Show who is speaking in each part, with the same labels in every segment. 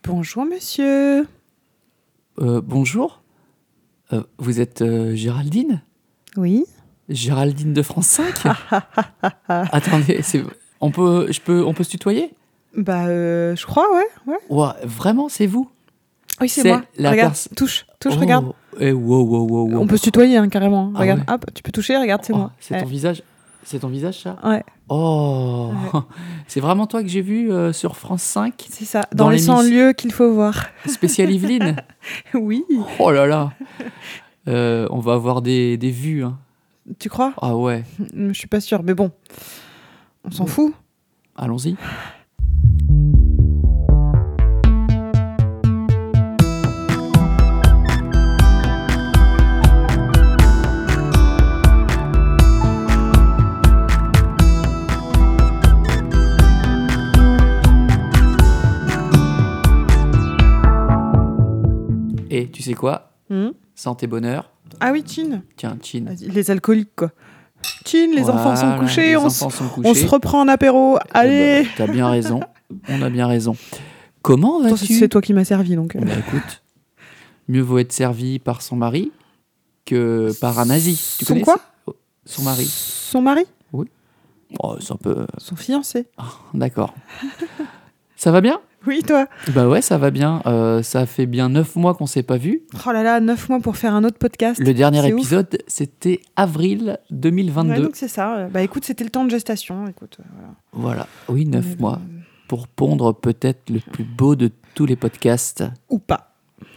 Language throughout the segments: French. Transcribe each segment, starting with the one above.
Speaker 1: Bonjour monsieur.
Speaker 2: Bonjour. Vous êtes Géraldine ?
Speaker 1: Oui.
Speaker 2: Géraldine de France 5 ? Attendez, on peut se tutoyer ?
Speaker 1: Je crois, ouais.
Speaker 2: Ouah, vraiment, c'est vous ?
Speaker 1: Oui, c'est moi. Regarde, touche, regarde.
Speaker 2: Wow.
Speaker 1: On peut se tutoyer, hein, carrément.
Speaker 2: Ah
Speaker 1: Regarde,
Speaker 2: ouais.
Speaker 1: hop, tu peux toucher, regarde, c'est moi.
Speaker 2: C'est ton visage ? C'est ton visage, ça ?
Speaker 1: Ouais.
Speaker 2: Oh
Speaker 1: Ouais.
Speaker 2: C'est vraiment toi que j'ai vu sur France 5 ?
Speaker 1: C'est ça, dans les 100 lieux qu'il faut voir.
Speaker 2: Spécial Yveline ?
Speaker 1: Oui.
Speaker 2: Oh là là On va avoir des vues, hein.
Speaker 1: Tu crois ?
Speaker 2: Ah ouais,
Speaker 1: Je suis pas sûre, mais bon. On s'en fout.
Speaker 2: allons-y. Et tu sais quoi ? Santé bonheur.
Speaker 1: Ah oui, Chin.
Speaker 2: Tiens, chin.
Speaker 1: Vas-y, les alcooliques, quoi. Chin, les enfants sont
Speaker 2: Voilà,
Speaker 1: couchés,
Speaker 2: les
Speaker 1: on
Speaker 2: enfants sont couchés.
Speaker 1: se reprend en apéro. Allez.
Speaker 2: T'as bien raison. On a bien raison. Comment
Speaker 1: Attends,
Speaker 2: vas-tu ?
Speaker 1: c'est toi qui m'as servi, donc.
Speaker 2: Bah écoute, mieux vaut être servi par son mari que par un nazi. Tu
Speaker 1: Son
Speaker 2: connais
Speaker 1: quoi ?
Speaker 2: Son mari.
Speaker 1: Son mari ?
Speaker 2: Oh, c'est un peu...
Speaker 1: Son fiancé.
Speaker 2: D'accord. Ça va bien ?
Speaker 1: Oui, toi.
Speaker 2: Bah ouais, ça va bien. Ça fait bien 9 mois qu'on s'est pas vus.
Speaker 1: Oh là là, 9 mois pour faire un autre podcast.
Speaker 2: Le dernier
Speaker 1: C'est ouf.
Speaker 2: épisode, c'était avril 2022.
Speaker 1: Ouais, donc c'est ça. Bah écoute, c'était le temps de gestation. Écoute, voilà.
Speaker 2: Voilà. Oui, 9
Speaker 1: Mais
Speaker 2: mois. Pour pondre peut-être le plus beau de tous les podcasts.
Speaker 1: Ou pas.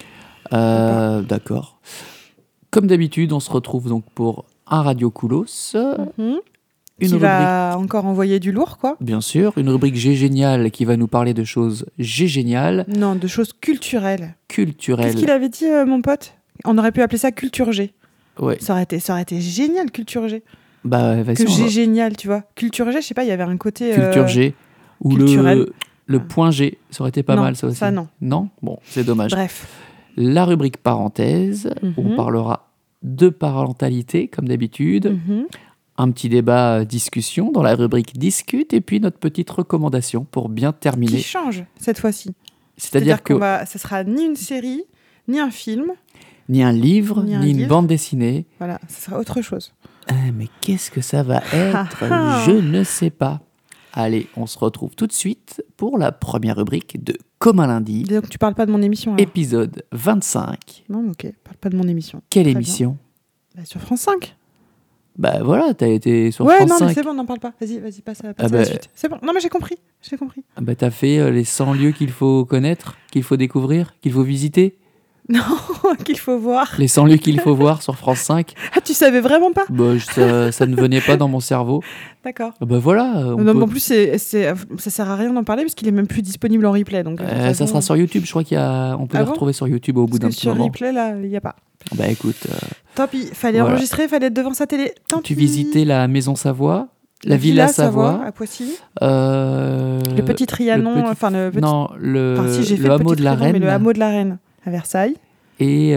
Speaker 2: D'accord. Comme d'habitude, on se retrouve donc pour un Radio Coolos. Une
Speaker 1: Qui
Speaker 2: rubrique,
Speaker 1: va encore envoyer du lourd, quoi.
Speaker 2: bien sûr, une rubrique G génial qui va nous parler de choses G géniales,
Speaker 1: Non, de choses culturelles.
Speaker 2: culturelles.
Speaker 1: Qu'est-ce qu'il avait dit, mon pote ? On aurait pu appeler ça Culture G.
Speaker 2: Ouais.
Speaker 1: Ça aurait été génial, Culture G.
Speaker 2: Bah, vas-y,
Speaker 1: Que
Speaker 2: on va-
Speaker 1: G génial, tu vois. Culture G, je sais pas, il y avait un côté...
Speaker 2: Culture G. Ou
Speaker 1: culturel.
Speaker 2: le point G. Ça aurait été pas
Speaker 1: Non,
Speaker 2: mal, ça aussi.
Speaker 1: ça, non.
Speaker 2: Non ? Bon, c'est dommage.
Speaker 1: Bref.
Speaker 2: La rubrique parenthèse, où on parlera de parentalité, comme d'habitude.
Speaker 1: Mhm.
Speaker 2: Un petit débat discussion dans la rubrique discute. Et puis notre petite recommandation pour bien terminer.
Speaker 1: Qui change, cette fois-ci.
Speaker 2: C'est-à-dire que
Speaker 1: ça sera ni une série, ni un film.
Speaker 2: ni un livre,
Speaker 1: Ni un
Speaker 2: ni une
Speaker 1: livre.
Speaker 2: bande dessinée.
Speaker 1: Voilà, ça sera autre chose.
Speaker 2: Mais qu'est-ce que ça va être ?
Speaker 1: Ah.
Speaker 2: Je ne sais pas. Allez, on se retrouve tout de suite pour la première rubrique de Comme un lundi,
Speaker 1: Donc tu parles pas de mon émission, alors.
Speaker 2: épisode 25.
Speaker 1: Non, ok, parle pas de mon émission.
Speaker 2: Quelle
Speaker 1: Très
Speaker 2: émission ?
Speaker 1: Bah, sur France 5.
Speaker 2: Bah voilà, t'as été sur
Speaker 1: Ouais,
Speaker 2: France
Speaker 1: non,
Speaker 2: 5.
Speaker 1: mais c'est bon, n'en parle pas. Vas-y, passe à
Speaker 2: Ah
Speaker 1: la
Speaker 2: bah-
Speaker 1: suite. C'est bon, non, mais j'ai compris.
Speaker 2: Ah bah t'as fait les 100 lieux qu'il faut connaître, qu'il faut découvrir, qu'il faut visiter.
Speaker 1: Non, qu'il faut voir.
Speaker 2: Les 100 lieux qu'il faut voir sur France 5.
Speaker 1: Ah, tu savais vraiment pas ?
Speaker 2: Bah, ça ne venait pas dans mon cerveau.
Speaker 1: D'accord.
Speaker 2: Ah bah voilà. on
Speaker 1: Non,
Speaker 2: peut-
Speaker 1: mais en plus, ça sert à rien d'en parler parce qu'il est même plus disponible en replay. Donc, de toute
Speaker 2: ça
Speaker 1: façon,
Speaker 2: sera sur YouTube. Je crois on peut
Speaker 1: Ah
Speaker 2: le
Speaker 1: bon
Speaker 2: retrouver sur YouTube au bout d'un
Speaker 1: parce que
Speaker 2: petit
Speaker 1: sur
Speaker 2: moment.
Speaker 1: replay, là, il n'y a pas.
Speaker 2: Bah écoute,
Speaker 1: Tant pis, fallait
Speaker 2: Voilà.
Speaker 1: enregistrer, fallait être devant sa télé. Tant
Speaker 2: tu
Speaker 1: pis.
Speaker 2: visitais la Maison Savoie, la
Speaker 1: Villa
Speaker 2: Villa Savoie,
Speaker 1: à Poissy.
Speaker 2: le
Speaker 1: Le petit Trianon, enfin le petit...
Speaker 2: Non,
Speaker 1: Enfin, si, j'ai fait
Speaker 2: le
Speaker 1: le
Speaker 2: hameau
Speaker 1: petit
Speaker 2: de la
Speaker 1: Trianon, mais
Speaker 2: Reine
Speaker 1: le hameau de la Reine à Versailles.
Speaker 2: et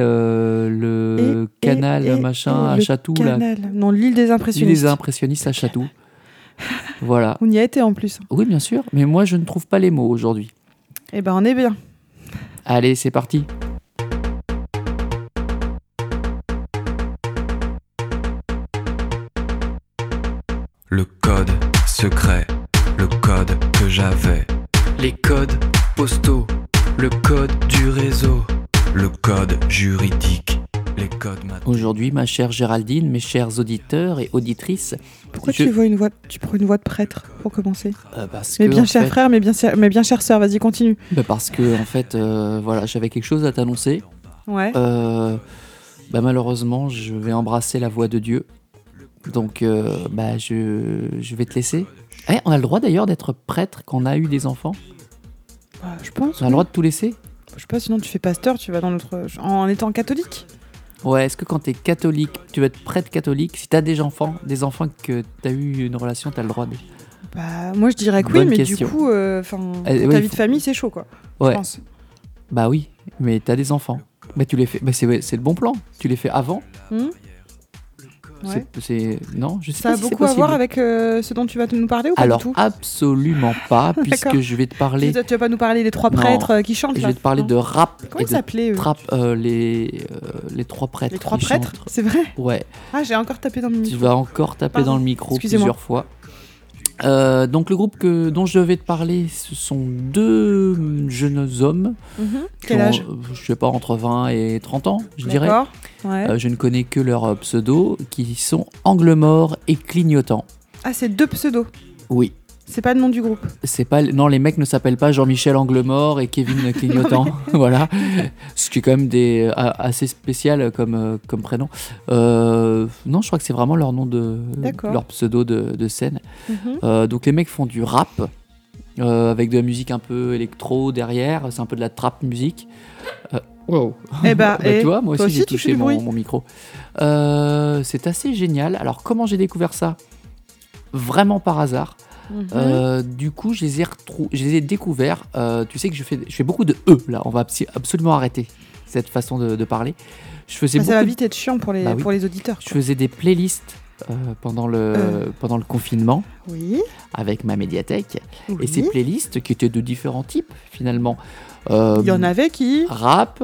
Speaker 2: le canal machin à
Speaker 1: le
Speaker 2: Chatou. Là.
Speaker 1: canal. Non, l'île des
Speaker 2: L'île
Speaker 1: impressionnistes.
Speaker 2: des impressionnistes à Chatou. Voilà.
Speaker 1: On y a été en plus.
Speaker 2: Oui, bien sûr, mais moi je ne trouve pas les mots aujourd'hui.
Speaker 1: Eh ben, on est bien.
Speaker 2: Allez, c'est parti.
Speaker 3: Le code secret, le code que j'avais. Les codes postaux, le code du réseau. Le code juridique, les codes mathématiques.
Speaker 2: Aujourd'hui, ma chère Géraldine, mes chers auditeurs et auditrices,
Speaker 1: Pourquoi
Speaker 2: je-
Speaker 1: tu prends une voix de prêtre pour commencer ?
Speaker 2: parce
Speaker 1: Mais
Speaker 2: que
Speaker 1: bien
Speaker 2: en
Speaker 1: cher
Speaker 2: fait-
Speaker 1: frère, mais bien chère sœur, vas-y, continue.
Speaker 2: parce que en fait, voilà, j'avais quelque chose à t'annoncer.
Speaker 1: Ouais.
Speaker 2: Malheureusement, je vais embrasser la voix de Dieu. Donc, je vais te laisser. On a le droit d'ailleurs d'être prêtre quand on a eu des enfants.
Speaker 1: Bah, je pense.
Speaker 2: On a le droit de tout laisser.
Speaker 1: Je sais pas, sinon tu fais pasteur, tu vas dans notre... En étant catholique.
Speaker 2: Ouais, est-ce que quand t'es catholique, tu veux être prêtre catholique, si t'as des enfants que t'as eu une relation, t'as le droit de...
Speaker 1: Bah, moi je dirais que oui,
Speaker 2: Bonne
Speaker 1: mais
Speaker 2: question.
Speaker 1: du coup, ta
Speaker 2: oui,
Speaker 1: vie de famille, c'est chaud, quoi.
Speaker 2: Ouais.
Speaker 1: Je pense.
Speaker 2: Bah oui, mais t'as des enfants. Bah tu les fais... Bah c'est le bon plan. Tu les fais avant.
Speaker 1: Ouais.
Speaker 2: Non, je sais
Speaker 1: Ça
Speaker 2: pas
Speaker 1: a
Speaker 2: si c'est
Speaker 1: beaucoup à
Speaker 2: possible.
Speaker 1: voir avec ce dont tu vas nous parler ou pas
Speaker 2: Alors,
Speaker 1: du tout
Speaker 2: absolument pas, puisque
Speaker 1: D'accord.
Speaker 2: je vais te parler...
Speaker 1: Tu vas pas nous parler des 3
Speaker 2: Non.
Speaker 1: prêtres qui chantent
Speaker 2: Je
Speaker 1: là
Speaker 2: vais te parler
Speaker 1: Non.
Speaker 2: de rap
Speaker 1: Comment
Speaker 2: et
Speaker 1: ils
Speaker 2: de
Speaker 1: s'appelaient eux
Speaker 2: trap, les 3 prêtres.
Speaker 1: Les 3
Speaker 2: qui
Speaker 1: prêtres
Speaker 2: chantent.
Speaker 1: C'est vrai
Speaker 2: Ouais,
Speaker 1: Ah, j'ai encore tapé dans le
Speaker 2: tu
Speaker 1: micro.
Speaker 2: vas encore taper
Speaker 1: Pardon.
Speaker 2: dans le micro
Speaker 1: Excusez-moi.
Speaker 2: plusieurs fois. Donc le groupe dont je vais te parler, ce sont 2 jeunes hommes. qui
Speaker 1: Quel
Speaker 2: ont,
Speaker 1: âge
Speaker 2: je sais pas, entre 20 et 30 ans, je dirais.
Speaker 1: D'accord. Ouais.
Speaker 2: Je ne connais que leurs pseudos, qui sont Angle-Mort et Clignotant.
Speaker 1: Ah, c'est 2 pseudos.
Speaker 2: Oui.
Speaker 1: C'est pas le nom du groupe.
Speaker 2: C'est pas, non, les mecs ne s'appellent pas Jean-Michel Angle-Mort et Kevin Clignotant. Voilà. Ce qui est quand même assez spécial comme prénom. Non, je crois que c'est vraiment leur nom
Speaker 1: D'accord.
Speaker 2: leur pseudo de scène.
Speaker 1: Mhm.
Speaker 2: Donc les mecs font du rap avec de la musique un peu électro derrière. C'est un peu de la trap musique. Wow.
Speaker 1: Eh bah,
Speaker 2: Tu vois, moi
Speaker 1: toi
Speaker 2: aussi j'ai
Speaker 1: tu fais
Speaker 2: touché
Speaker 1: du bruit.
Speaker 2: mon micro. C'est assez génial. Alors comment j'ai découvert ça ? Vraiment par hasard. Du coup, je les ai découverts. Tu sais que je fais beaucoup de E là. On va absolument arrêter cette façon de parler. Je faisais
Speaker 1: Ça va
Speaker 2: beaucoup
Speaker 1: vite être chiant pour les,
Speaker 2: Bah oui.
Speaker 1: pour les auditeurs.
Speaker 2: Je faisais des playlists pendant le confinement
Speaker 1: Oui.
Speaker 2: avec ma médiathèque.
Speaker 1: Oui.
Speaker 2: Et ces playlists qui étaient de différents types finalement.
Speaker 1: Il y en avait qui
Speaker 2: Rap,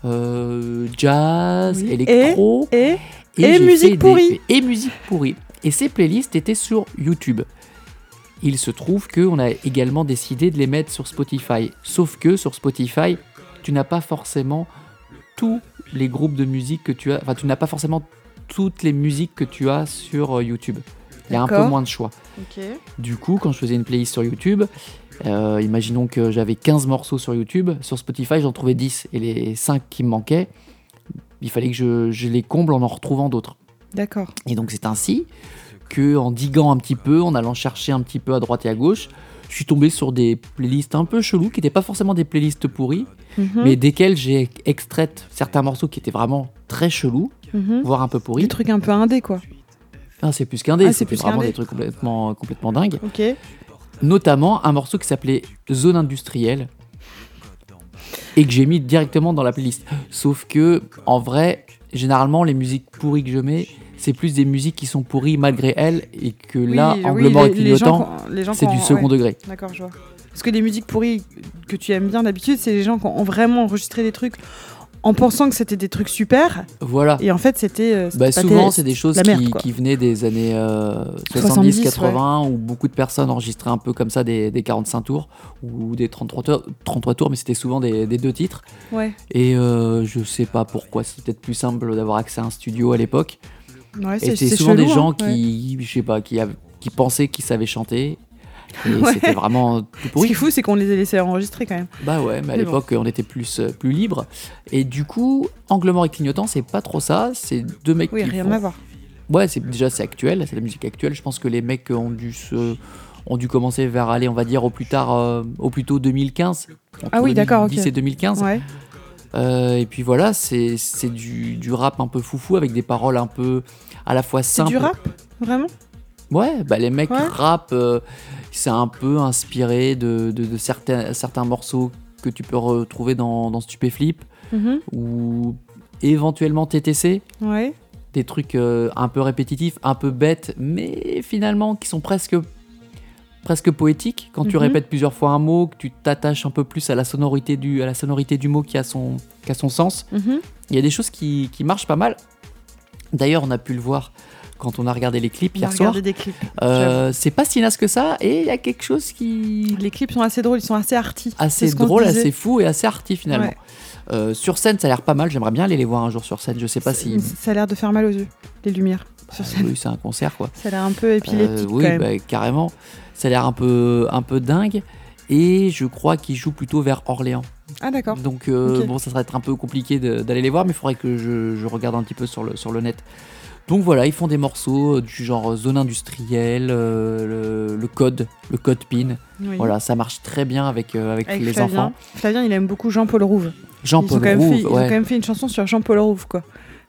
Speaker 2: jazz,
Speaker 1: Oui.
Speaker 2: électro.
Speaker 1: Et
Speaker 2: j'ai
Speaker 1: musique
Speaker 2: fait
Speaker 1: pourrie.
Speaker 2: Et musique pourrie. Et ces playlists étaient sur YouTube. Il se trouve qu'on a également décidé de les mettre sur Spotify. Sauf que sur Spotify, tu n'as pas forcément tous les groupes de musique que tu as. Enfin, tu n'as pas forcément toutes les musiques que tu as sur YouTube. Il y a un peu
Speaker 1: D'accord.
Speaker 2: moins de choix.
Speaker 1: Ok.
Speaker 2: Du coup, quand je faisais une playlist sur YouTube, imaginons que j'avais 15 morceaux sur YouTube. Sur Spotify, j'en trouvais 10. Et les 5 qui me manquaient, il fallait que je les comble en retrouvant d'autres.
Speaker 1: D'accord.
Speaker 2: Et donc c'est ainsi que, en diguant un petit peu, en allant chercher un petit peu à droite et à gauche, je suis tombé sur des playlists un peu cheloues, qui n'étaient pas forcément des playlists pourries, mais desquelles j'ai extrait certains morceaux qui étaient vraiment très chelous, voire un peu
Speaker 1: Des
Speaker 2: pourris.
Speaker 1: trucs un peu indé, quoi.
Speaker 2: Ah, c'est plus qu'un dé,
Speaker 1: Ah, c'est
Speaker 2: c'était
Speaker 1: plus
Speaker 2: vraiment
Speaker 1: qu'un dé.
Speaker 2: des trucs complètement dingues.
Speaker 1: Ok.
Speaker 2: Notamment un morceau qui s'appelait Zone Industrielle et que j'ai mis directement dans la playlist. Sauf que, en vrai, généralement, les musiques pourries que je mets, c'est plus des musiques qui sont pourries malgré elles, et que là, Angle-Mort et Clignotant, c'est du second degré.
Speaker 1: D'accord, je vois. Parce que les musiques pourries que tu aimes bien d'habitude, c'est les gens qui ont vraiment enregistré des trucs en pensant que c'était des trucs super,
Speaker 2: Voilà.
Speaker 1: et en fait c'était
Speaker 2: Bah,
Speaker 1: pas
Speaker 2: souvent,
Speaker 1: terrible.
Speaker 2: c'est des choses
Speaker 1: la merde, quoi.
Speaker 2: qui venaient des années 70-80, où beaucoup de personnes enregistraient un peu comme ça des 45 tours ou des 33 tours, mais c'était souvent des 2 titres.
Speaker 1: Ouais.
Speaker 2: Et je sais pas pourquoi, c'est peut-être plus simple d'avoir accès à un studio à l'époque.
Speaker 1: Ouais,
Speaker 2: Et
Speaker 1: c'est
Speaker 2: c'était souvent
Speaker 1: chelou,
Speaker 2: des gens
Speaker 1: hein, ouais.
Speaker 2: qui, je sais pas, qui pensaient qu'ils savaient chanter. Et
Speaker 1: Ouais.
Speaker 2: c'était vraiment tout
Speaker 1: Ce qui
Speaker 2: pourri.
Speaker 1: est fou, c'est qu'on les a laissés enregistrer quand même.
Speaker 2: Bah ouais, mais à
Speaker 1: Mais bon.
Speaker 2: l'époque, on était plus libre. Et du coup, Angle-Mort et Clignotant, c'est pas trop ça. C'est 2 mecs
Speaker 1: Oui,
Speaker 2: qui
Speaker 1: rien
Speaker 2: font...
Speaker 1: à voir.
Speaker 2: Ouais, c'est actuel, c'est la musique actuelle. Je pense que les mecs ont dû commencer vers aller, on va dire, au plus tôt 2015.
Speaker 1: Ah oui, d'accord, ok.
Speaker 2: 2010 et 2015.
Speaker 1: Ouais.
Speaker 2: Et puis voilà, c'est du rap un peu foufou avec des paroles un peu à la fois
Speaker 1: C'est
Speaker 2: simples.
Speaker 1: du rap, vraiment.
Speaker 2: Ouais, bah les mecs
Speaker 1: Ouais.
Speaker 2: rappent, c'est un peu inspiré de certains morceaux que tu peux retrouver dans Stupéflip ou éventuellement TTC.
Speaker 1: Ouais.
Speaker 2: Des trucs un peu répétitifs, un peu bêtes, mais finalement qui sont presque poétiques. Quand tu répètes plusieurs fois un mot, que tu t'attaches un peu plus à la sonorité du mot qui a son sens. Il y a des choses qui marchent pas mal. D'ailleurs, on a pu le voir quand on a regardé les clips
Speaker 1: On a
Speaker 2: hier soir.
Speaker 1: regardé des clips.
Speaker 2: C'est pas si naze que ça, et il y a quelque chose qui
Speaker 1: Les clips sont assez drôles, ils sont assez arty.
Speaker 2: assez
Speaker 1: C'est ce qu'on
Speaker 2: drôle,
Speaker 1: se disait.
Speaker 2: assez fou et assez arty finalement.
Speaker 1: Ouais.
Speaker 2: Sur scène, ça a l'air pas mal. J'aimerais bien aller les voir un jour sur scène. Je sais pas si.
Speaker 1: Ça a l'air de faire mal aux yeux, les lumières sur scène.
Speaker 2: Oui, c'est un concert quoi.
Speaker 1: Ça a l'air un peu épileptique
Speaker 2: Oui,
Speaker 1: quand même.
Speaker 2: bah, carrément. Ça a l'air un peu dingue. Et je crois qu'ils jouent plutôt vers Orléans.
Speaker 1: Ah d'accord.
Speaker 2: Donc
Speaker 1: Ok.
Speaker 2: bon, ça serait être un peu compliqué d'aller les voir, mais il faudrait que je regarde un petit peu sur le net. Donc voilà, ils font des morceaux du genre Zone Industrielle, le code PIN.
Speaker 1: Oui.
Speaker 2: Voilà, ça marche très bien avec les
Speaker 1: Flavien.
Speaker 2: enfants.
Speaker 1: Flavien, il aime beaucoup Jean-Paul Rouve.
Speaker 2: Jean-Paul
Speaker 1: Ils ont quand
Speaker 2: Rouve,
Speaker 1: même fait une chanson sur Jean-Paul Rouve, quoi.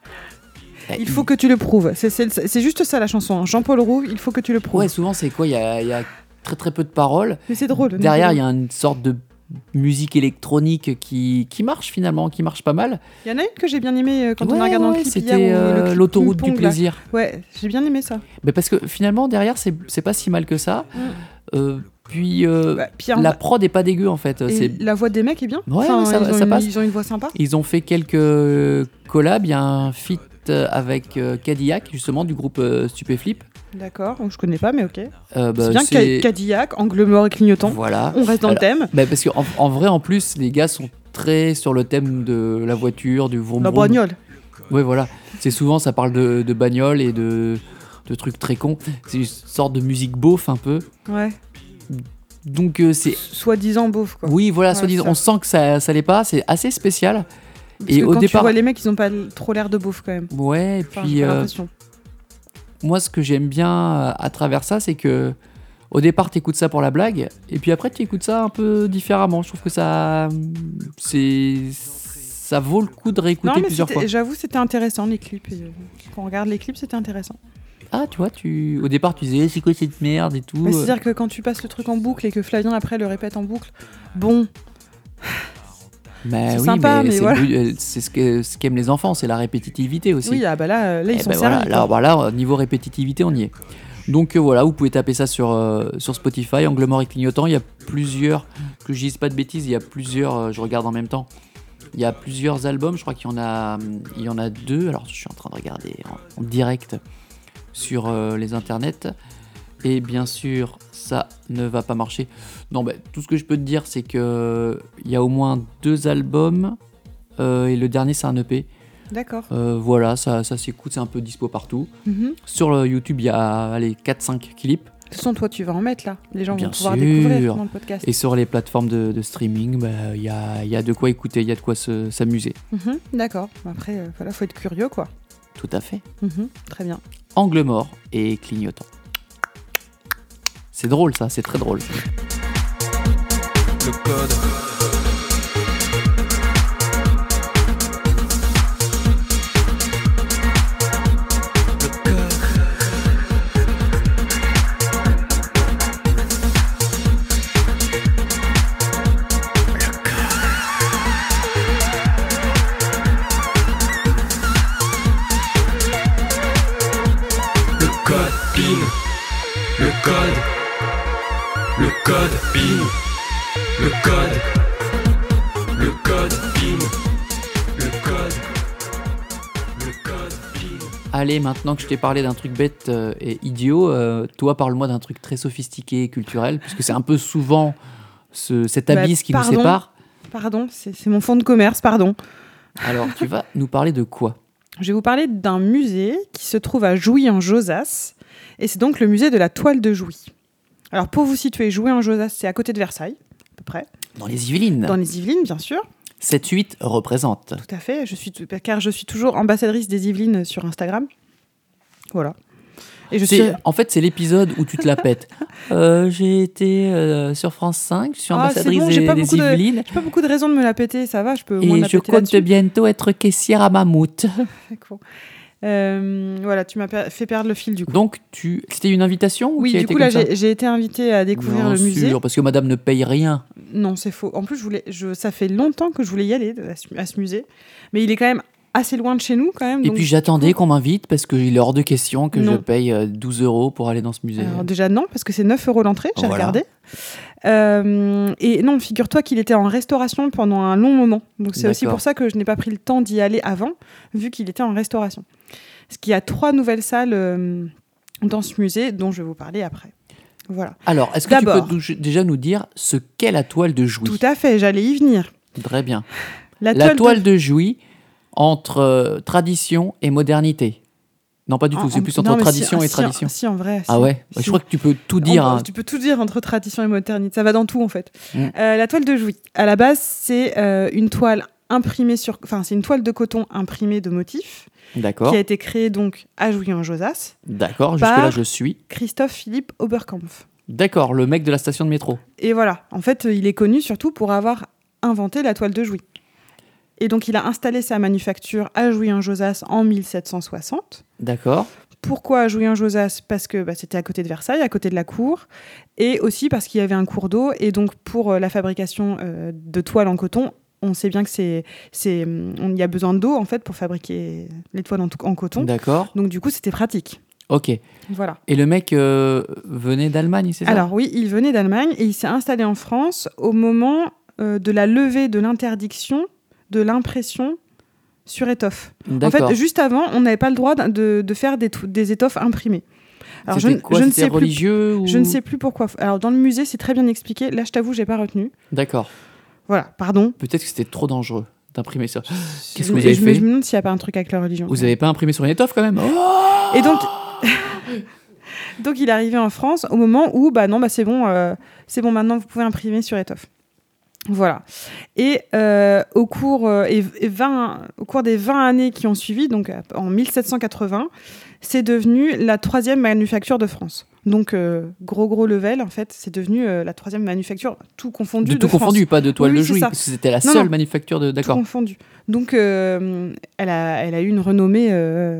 Speaker 2: Eh,
Speaker 1: Il faut que tu le prouves. C'est juste ça la chanson. hein. Jean-Paul Rouve, il faut que tu le prouves.
Speaker 2: Ouais, souvent c'est quoi, il y a très très peu de paroles.
Speaker 1: Mais c'est drôle.
Speaker 2: Derrière, il y a une sorte de musique électronique qui marche finalement, qui marche pas mal.
Speaker 1: Il y en a une que j'ai bien aimée quand on a regardé un clip
Speaker 2: c'était
Speaker 1: hier. Le clip
Speaker 2: l'autoroute du
Speaker 1: ping-pong, là.
Speaker 2: plaisir.
Speaker 1: Ouais, j'ai bien aimé ça.
Speaker 2: Mais parce que finalement, derrière, c'est pas si mal que ça. Puis
Speaker 1: Puis
Speaker 2: la prod est pas dégueu en fait.
Speaker 1: Et la voix des mecs est bien.
Speaker 2: Ouais,
Speaker 1: ça
Speaker 2: passe.
Speaker 1: Ils ont une voix sympa.
Speaker 2: Ils ont fait quelques collabs. Il y a un feat avec Cadillac, justement, du groupe Stupéflip.
Speaker 1: D'accord, je connais pas, mais ok.
Speaker 2: C'est
Speaker 1: bien Cadillac, angle mort et clignotant.
Speaker 2: Voilà.
Speaker 1: On reste dans le thème.
Speaker 2: Parce qu'en vrai, en plus, les gars sont très sur le thème de la voiture, du vroom
Speaker 1: La
Speaker 2: vroom.
Speaker 1: bagnole.
Speaker 2: Ouais, voilà. C'est souvent, ça parle de bagnole et de trucs très cons. C'est une sorte de musique beauf un peu.
Speaker 1: Ouais.
Speaker 2: Donc c'est
Speaker 1: soi-disant beauf, quoi.
Speaker 2: Oui, voilà,
Speaker 1: Ouais,
Speaker 2: soi-disant. On sent que ça l'est pas. C'est assez spécial.
Speaker 1: Parce
Speaker 2: et
Speaker 1: que
Speaker 2: au
Speaker 1: quand
Speaker 2: départ,
Speaker 1: tu vois les mecs, ils ont pas trop l'air de beauf quand même.
Speaker 2: Ouais, et
Speaker 1: Enfin,
Speaker 2: puis
Speaker 1: j'ai pas l'impression.
Speaker 2: moi, ce que j'aime bien à travers ça, c'est que au départ, t'écoutes ça pour la blague, et puis après, t'écoutes ça un peu différemment. Je trouve que ça vaut le coup de réécouter plusieurs fois.
Speaker 1: J'avoue, c'était intéressant les clips. Quand on regarde les clips, c'était intéressant.
Speaker 2: Ah, tu vois, au départ, tu disais, c'est quoi cette merde et tout.
Speaker 1: C'est-à-dire que quand tu passes le truc en boucle et que Flavien après le répète en boucle, bon.
Speaker 2: Mais
Speaker 1: c'est
Speaker 2: oui,
Speaker 1: sympa, mais
Speaker 2: c'est
Speaker 1: voilà.
Speaker 2: c'est ce qu'aiment les enfants, c'est la répétitivité aussi.
Speaker 1: Oui, là, ils sont sérieux.
Speaker 2: Là, niveau répétitivité, on y est. Donc voilà, vous pouvez taper ça sur Spotify, Angle mort et clignotant. Il y a plusieurs, que je dise pas de bêtises, il y a plusieurs, je regarde en même temps. Il y a plusieurs albums, je crois qu'il y en a 2. Alors je suis en train de regarder en direct sur les internets. Et bien sûr, ça ne va pas marcher. Non, tout ce que je peux te dire, c'est qu'il y a au moins 2 albums. Et le dernier, c'est un EP.
Speaker 1: D'accord.
Speaker 2: Voilà, ça s'écoute, c'est un peu dispo partout.
Speaker 1: Mm-hmm.
Speaker 2: Sur YouTube, il y a 4-5 clips.
Speaker 1: De toute façon, toi, tu vas en mettre là. Les gens
Speaker 2: Bien
Speaker 1: vont pouvoir
Speaker 2: sûr.
Speaker 1: découvrir dans le podcast.
Speaker 2: Et sur les plateformes de streaming, il y a de quoi écouter, il y a de quoi s'amuser.
Speaker 1: Mm-hmm. D'accord. Après, faut être curieux, quoi.
Speaker 2: Tout à fait.
Speaker 1: Mm-hmm. Très bien.
Speaker 2: Angle mort et clignotant. C'est drôle ça, c'est très drôle.
Speaker 3: Le code.
Speaker 2: Allez, maintenant que je t'ai parlé d'un truc bête et idiot, toi parle-moi d'un truc très sophistiqué et culturel, puisque c'est un peu souvent cet abysse qui nous sépare.
Speaker 1: Pardon, c'est mon fonds de commerce, pardon.
Speaker 2: Alors, tu vas nous parler de quoi ?
Speaker 1: Je vais vous parler d'un musée qui se trouve à Jouy en Josas, et c'est donc le musée de la toile de Jouy. Alors pour vous situer, Jouy en Josas, c'est à côté de Versailles, à peu près.
Speaker 2: Dans les Yvelines.
Speaker 1: Dans les Yvelines, bien sûr.
Speaker 2: 7-8 représente.
Speaker 1: Tout à fait, car je suis toujours ambassadrice des Yvelines sur Instagram. Voilà. Et
Speaker 2: En fait, c'est l'épisode où tu te la pètes. J'ai été sur France 5, je suis ambassadrice des Yvelines.
Speaker 1: J'ai pas beaucoup de raisons de me la péter, ça va, je peux au moins
Speaker 2: et
Speaker 1: la
Speaker 2: je
Speaker 1: péter
Speaker 2: compte
Speaker 1: là-dessus.
Speaker 2: bientôt être caissière à Mammouth.
Speaker 1: Cool. Voilà, tu m'as fait perdre le fil du coup.
Speaker 2: Donc, c'était une invitation ou
Speaker 1: Oui, du coup, là, j'ai été invitée à découvrir le musée.
Speaker 2: Sûr, parce que madame ne paye rien.
Speaker 1: Non, c'est faux. En plus, ça fait longtemps que je voulais y aller à ce musée. Mais il est quand même assez loin de chez nous, quand même.
Speaker 2: Et puis, j'attendais qu'on m'invite parce qu'il est hors de question que je paye 12 € pour aller dans ce musée.
Speaker 1: Alors, déjà, non, parce que c'est 9 € l'entrée, j'ai regardé. Et non, figure-toi qu'il était en restauration pendant un long moment. Donc, c'est aussi pour ça que je n'ai pas pris le temps d'y aller avant, vu qu'il était en restauration. Parce qu'il y a 3 nouvelles salles dans ce musée dont je vais vous parler après. Voilà.
Speaker 2: Alors, est-ce que tu peux déjà nous dire ce qu'est la toile de Jouy ?
Speaker 1: Tout à fait, j'allais y venir.
Speaker 2: Très bien. La toile de Jouy entre tradition et modernité. Non, pas du tout, c'est plus entre tradition et tradition.
Speaker 1: Si, en vrai.
Speaker 2: Ah ouais, je crois que tu peux tout dire.
Speaker 1: Tu peux tout dire entre tradition et modernité, ça va dans tout en fait. La toile de Jouy, à la base, c'est une toile imprimée c'est une toile de coton imprimée de motifs.
Speaker 2: D'accord.
Speaker 1: Qui a été créée donc à Jouy en Josas.
Speaker 2: D'accord, jusque-là je suis.
Speaker 1: Christophe Philippe Oberkampf.
Speaker 2: D'accord, le mec de la station de métro.
Speaker 1: Et voilà, en fait, il est connu surtout pour avoir inventé la toile de Jouy. Et donc, il a installé sa manufacture à Jouy en Josas en 1760.
Speaker 2: D'accord.
Speaker 1: Pourquoi Jouy-en-Josas ? Parce que c'était à côté de Versailles, à côté de la cour, et aussi parce qu'il y avait un cours d'eau. Et donc, pour la fabrication de toiles en coton, on sait bien que il y a besoin d'eau en fait pour fabriquer les toiles en coton.
Speaker 2: D'accord.
Speaker 1: Donc, du coup, c'était pratique.
Speaker 2: Ok.
Speaker 1: Voilà.
Speaker 2: Et le mec venait d'Allemagne, c'est ça ?
Speaker 1: Alors oui, il venait d'Allemagne et il s'est installé en France au moment de la levée de l'interdiction de l'impression sur étoffe.
Speaker 2: D'accord.
Speaker 1: En fait, juste avant, on n'avait pas le droit de faire des étoffes imprimées.
Speaker 2: Alors, c'était religieux ou...
Speaker 1: Je ne sais plus pourquoi. Alors, dans le musée, c'est très bien expliqué. Là, je t'avoue, je n'ai pas retenu.
Speaker 2: D'accord.
Speaker 1: Voilà, pardon.
Speaker 2: Peut-être que c'était trop dangereux d'imprimer ça. Qu'est-ce que
Speaker 1: vous
Speaker 2: avez fait ?
Speaker 1: Je me demande s'il n'y a pas un truc avec la religion.
Speaker 2: Vous n'avez pas imprimé sur une étoffe quand même ? Oh !
Speaker 1: Et donc... donc, il est arrivé en France au moment où, c'est bon, maintenant, vous pouvez imprimer sur étoffe. Voilà. Et au cours des 20 années qui ont suivi, donc en 1780, c'est devenu la 3e manufacture de France. Donc, gros level, en fait, c'est devenu la 3e manufacture, tout confondu.
Speaker 2: Tout confondu,
Speaker 1: France.
Speaker 2: Pas de toile de Jouy,
Speaker 1: parce
Speaker 2: que c'était la seule manufacture de... D'accord.
Speaker 1: Tout confondu. Donc, elle a eu une renommée...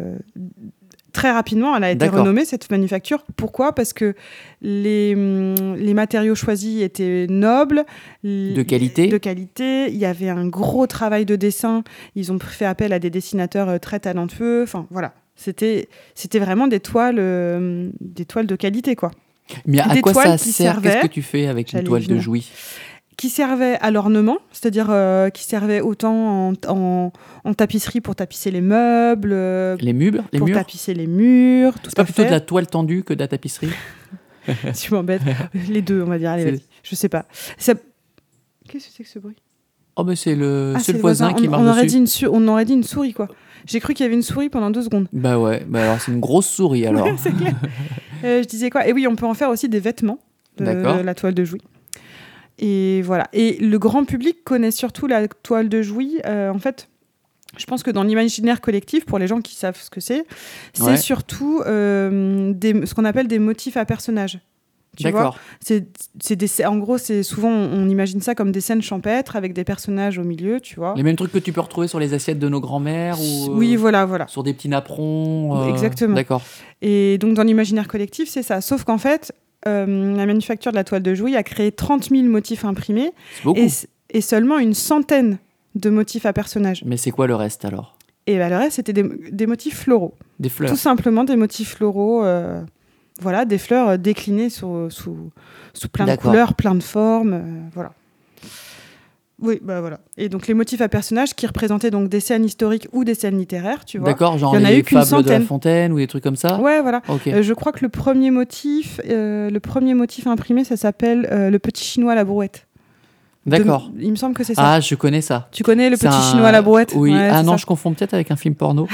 Speaker 1: Très rapidement, elle a été renommée, cette manufacture. Pourquoi ? Parce que les matériaux choisis étaient nobles.
Speaker 2: De qualité.
Speaker 1: Il y avait un gros travail de dessin. Ils ont fait appel à des dessinateurs très talentueux. Enfin, voilà. C'était vraiment des toiles de qualité, quoi.
Speaker 2: Mais à quoi ça sert ? Qu'est-ce que tu fais avec une toile de Jouy ?
Speaker 1: Qui servaient à l'ornement, c'est-à-dire qui servaient autant en tapisserie pour tapisser les meubles, pour tapisser les murs, tout ça.
Speaker 2: C'est pas plutôt de la toile tendue que de la tapisserie ?
Speaker 1: Tu m'embêtes. Les deux, on va dire. Allez, vas-y. Je sais pas. Qu'est-ce que c'est que ce bruit ?
Speaker 2: Oh, c'est le voisin qui marche dessus.
Speaker 1: On aurait dit une souris, quoi. J'ai cru qu'il y avait une souris pendant 2 secondes.
Speaker 2: Bah ouais, alors c'est une grosse souris, alors.
Speaker 1: C'est clair. Je disais quoi ? Et oui, on peut en faire aussi des vêtements de la toile de Jouy. Et voilà. Et le grand public connaît surtout la toile de Jouy. En fait, je pense que dans l'imaginaire collectif, pour les gens qui savent ce que c'est surtout ce qu'on appelle des motifs à personnages. Tu vois, en gros, c'est souvent, on imagine ça comme des scènes champêtres avec des personnages au milieu, tu vois.
Speaker 2: Les mêmes trucs que tu peux retrouver sur les assiettes de nos grands-mères ou
Speaker 1: oui, voilà.
Speaker 2: Sur des petits napperons.
Speaker 1: Exactement.
Speaker 2: D'accord.
Speaker 1: Et donc, dans l'imaginaire collectif, c'est ça. Sauf qu'en fait, la manufacture de la toile de Jouy a créé 30 000 motifs imprimés.
Speaker 2: C'est beaucoup.
Speaker 1: Et seulement une centaine de motifs à personnages.
Speaker 2: Mais c'est quoi le reste alors ?
Speaker 1: Et le reste, c'était des motifs floraux.
Speaker 2: Des fleurs.
Speaker 1: Tout simplement des motifs floraux. Voilà, des fleurs déclinées sous plein de couleurs, plein de formes. Voilà. Oui, voilà. Et donc les motifs à personnages qui représentaient donc des scènes historiques ou des scènes littéraires, tu vois.
Speaker 2: D'accord, genre les fables de La Fontaine ou des trucs comme ça.
Speaker 1: Ouais, voilà.
Speaker 2: Okay.
Speaker 1: Je crois que le premier motif imprimé, ça s'appelle le petit chinois à la brouette.
Speaker 2: D'accord.
Speaker 1: Il me semble que c'est ça.
Speaker 2: Ah, je connais ça.
Speaker 1: Tu connais le petit chinois à la brouette ?
Speaker 2: Oui.
Speaker 1: Ouais,
Speaker 2: non,
Speaker 1: ça.
Speaker 2: Je confonds peut-être avec un film porno.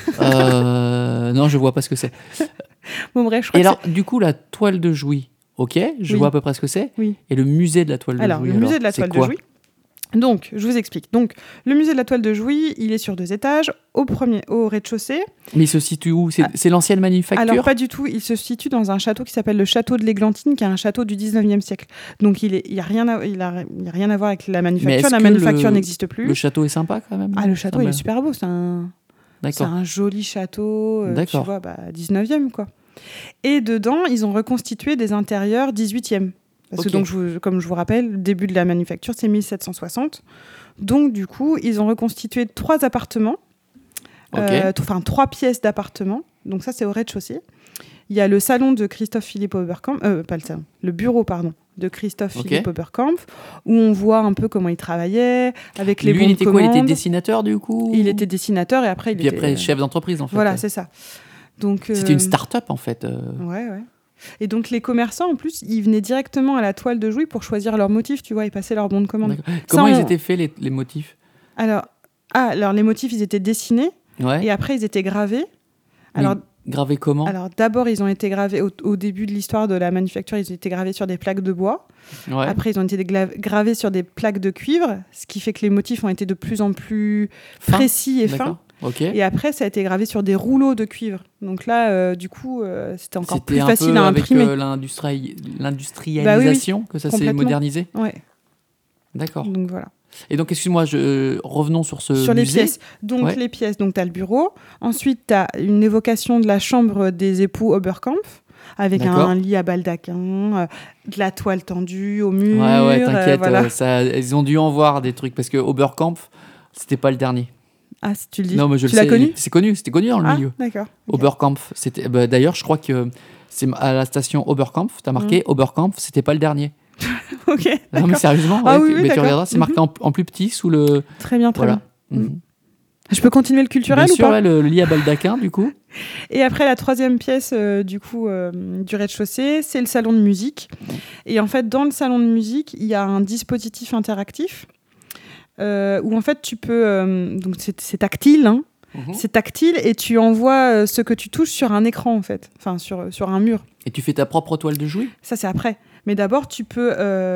Speaker 2: Non, je vois pas ce que c'est.
Speaker 1: Bon, bref, je crois.
Speaker 2: Et alors, du coup, la toile de Jouy, ok, je vois à peu près ce que c'est.
Speaker 1: Oui.
Speaker 2: Et le musée de la toile de Jouy.
Speaker 1: Le musée de la toile de Jouy. Donc, je vous explique. Donc, le musée de la toile de Jouy, il est sur 2 étages. Au rez-de-chaussée.
Speaker 2: Mais il se situe où ? C'est l'ancienne manufacture ?
Speaker 1: Alors, pas du tout. Il se situe dans un château qui s'appelle le château de l'Églantine, qui est un château du 19e siècle. Donc, il n'y a rien à voir avec la manufacture. La manufacture n'existe plus.
Speaker 2: Le château est sympa, quand même ?
Speaker 1: Ah, le château, il est super beau. C'est un joli château, tu vois, 19e, quoi. Et dedans, ils ont reconstitué des intérieurs 18e. Parce que donc, comme je vous rappelle, le début de la manufacture, c'est 1760. Donc, du coup, ils ont reconstitué 3 appartements, 3 pièces d'appartements. Donc ça, c'est au rez-de-chaussée. Il y a le salon de Christophe Philippe Oberkampf, pas le salon, le bureau, pardon, de Christophe Philippe Oberkampf, où on voit un peu comment il travaillait, avec les bons de commande.
Speaker 2: Il était dessinateur, du coup ?
Speaker 1: Il était dessinateur et après, il était
Speaker 2: chef d'entreprise, en fait.
Speaker 1: Voilà, c'est ça. Donc,
Speaker 2: c'était une start-up, en fait.
Speaker 1: Ouais. Et donc, les commerçants, en plus, ils venaient directement à la toile de Jouy pour choisir leurs motifs, tu vois, et passer leur bon de commande.
Speaker 2: Comment ils étaient faits, les motifs ?
Speaker 1: Alors, les motifs, ils étaient dessinés, et après, ils étaient gravés. Alors,
Speaker 2: gravés comment ?
Speaker 1: Alors, d'abord, ils ont été gravés, au début de l'histoire de la manufacture, ils ont été gravés sur des plaques de bois. Ouais. Après, ils ont été gravés sur des plaques de cuivre, ce qui fait que les motifs ont été de plus en plus précis et fins.
Speaker 2: Okay.
Speaker 1: Et après, ça a été gravé sur des rouleaux de cuivre. Donc là, du coup, c'était encore plus facile à imprimer.
Speaker 2: C'était un peu avec l'industrialisation que ça s'est modernisé.
Speaker 1: Ouais.
Speaker 2: D'accord.
Speaker 1: Donc voilà.
Speaker 2: Et donc, excuse-moi, revenons sur ce
Speaker 1: sur les
Speaker 2: musée.
Speaker 1: pièces. Donc, les pièces, donc tu as le bureau. Ensuite, tu as une évocation de la chambre des époux Oberkampf, avec un lit à baldaquin, de la toile tendue au mur.
Speaker 2: Ouais, t'inquiète, voilà. Ils ont dû en voir des trucs, parce que Oberkampf, c'était pas le dernier.
Speaker 1: Ah, si tu le dis.
Speaker 2: Non, mais je
Speaker 1: tu
Speaker 2: le sais.
Speaker 1: L'as connu
Speaker 2: C'était connu dans le milieu.
Speaker 1: D'accord.
Speaker 2: Oberkampf, c'était. D'ailleurs, je crois que c'est à la station Oberkampf, t'as marqué Oberkampf, c'était pas le dernier.
Speaker 1: Ok.
Speaker 2: Non, mais sérieusement,
Speaker 1: oui,
Speaker 2: mais tu regarderas, c'est marqué en plus petit sous le.
Speaker 1: Très bien, très
Speaker 2: bien.
Speaker 1: Je peux continuer le culturel
Speaker 2: Bien
Speaker 1: ou
Speaker 2: sûr,
Speaker 1: pas
Speaker 2: le lit à baldaquin, du coup.
Speaker 1: Et après, la troisième pièce du rez-de-chaussée, c'est le salon de musique. Et en fait, dans le salon de musique, il y a un dispositif interactif où en fait, tu peux... donc, c'est tactile, hein. C'est tactile et tu envoies ce que tu touches sur un écran, en fait. Enfin, sur un mur.
Speaker 2: Et tu fais ta propre toile de jouy ?
Speaker 1: Ça, c'est après. Mais d'abord, tu peux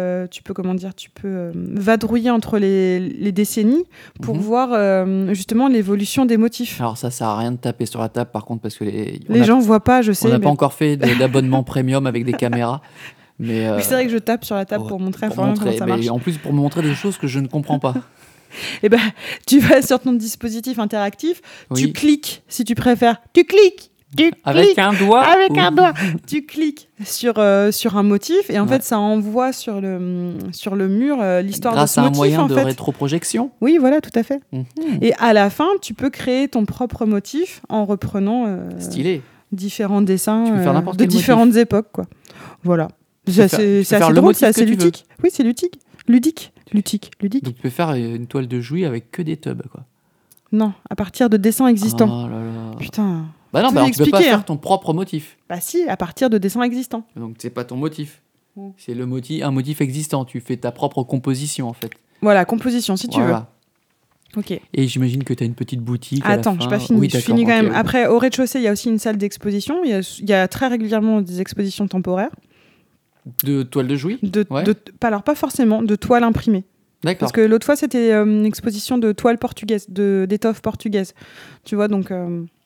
Speaker 1: vadrouiller entre les décennies pour voir justement l'évolution des motifs.
Speaker 2: Alors ça sert à rien de taper sur la table, par contre, parce que
Speaker 1: les gens voient pas, je sais.
Speaker 2: On n'a pas encore fait d'abonnement premium avec des caméras. Mais
Speaker 1: c'est vrai que je tape sur la table pour montrer comment ça marche.
Speaker 2: En plus, pour me montrer des choses que je ne comprends pas.
Speaker 1: Eh ben, tu vas sur ton dispositif interactif, tu cliques, si tu préfères, tu cliques.
Speaker 2: Avec un doigt.
Speaker 1: Tu cliques sur un motif et en fait ça envoie sur le mur l'histoire de ce motif. Grâce
Speaker 2: à un moyen de rétroprojection.
Speaker 1: Oui, voilà, tout à fait. Et à la fin, tu peux créer ton propre motif en reprenant différents dessins de différentes époques, quoi. Voilà. C'est assez drôle, c'est assez ludique. Oui, c'est ludique. Ludique.
Speaker 2: Donc tu peux faire une toile de jouy avec que des tubs, quoi.
Speaker 1: Non, à partir de dessins existants.
Speaker 2: Oh là là.
Speaker 1: Putain.
Speaker 2: Bah non, tu peux pas faire ton propre motif.
Speaker 1: Bah si, à partir de dessins existants.
Speaker 2: Donc c'est pas ton motif. C'est un motif existant. Tu fais ta propre composition, en fait.
Speaker 1: Voilà, composition, si tu veux. Ok.
Speaker 2: Et j'imagine que tu as une petite boutique.
Speaker 1: Attends, je n'ai pas fini. Oui, je finis quand même. Après, au rez-de-chaussée, il y a aussi une salle d'exposition. Il y a très régulièrement des expositions temporaires.
Speaker 2: De toiles de jouy ?
Speaker 1: Alors, pas forcément, de toiles imprimées.
Speaker 2: D'accord.
Speaker 1: Parce que l'autre fois, c'était une exposition de toiles portugaises, d'étoffes portugaises. Tu vois, donc...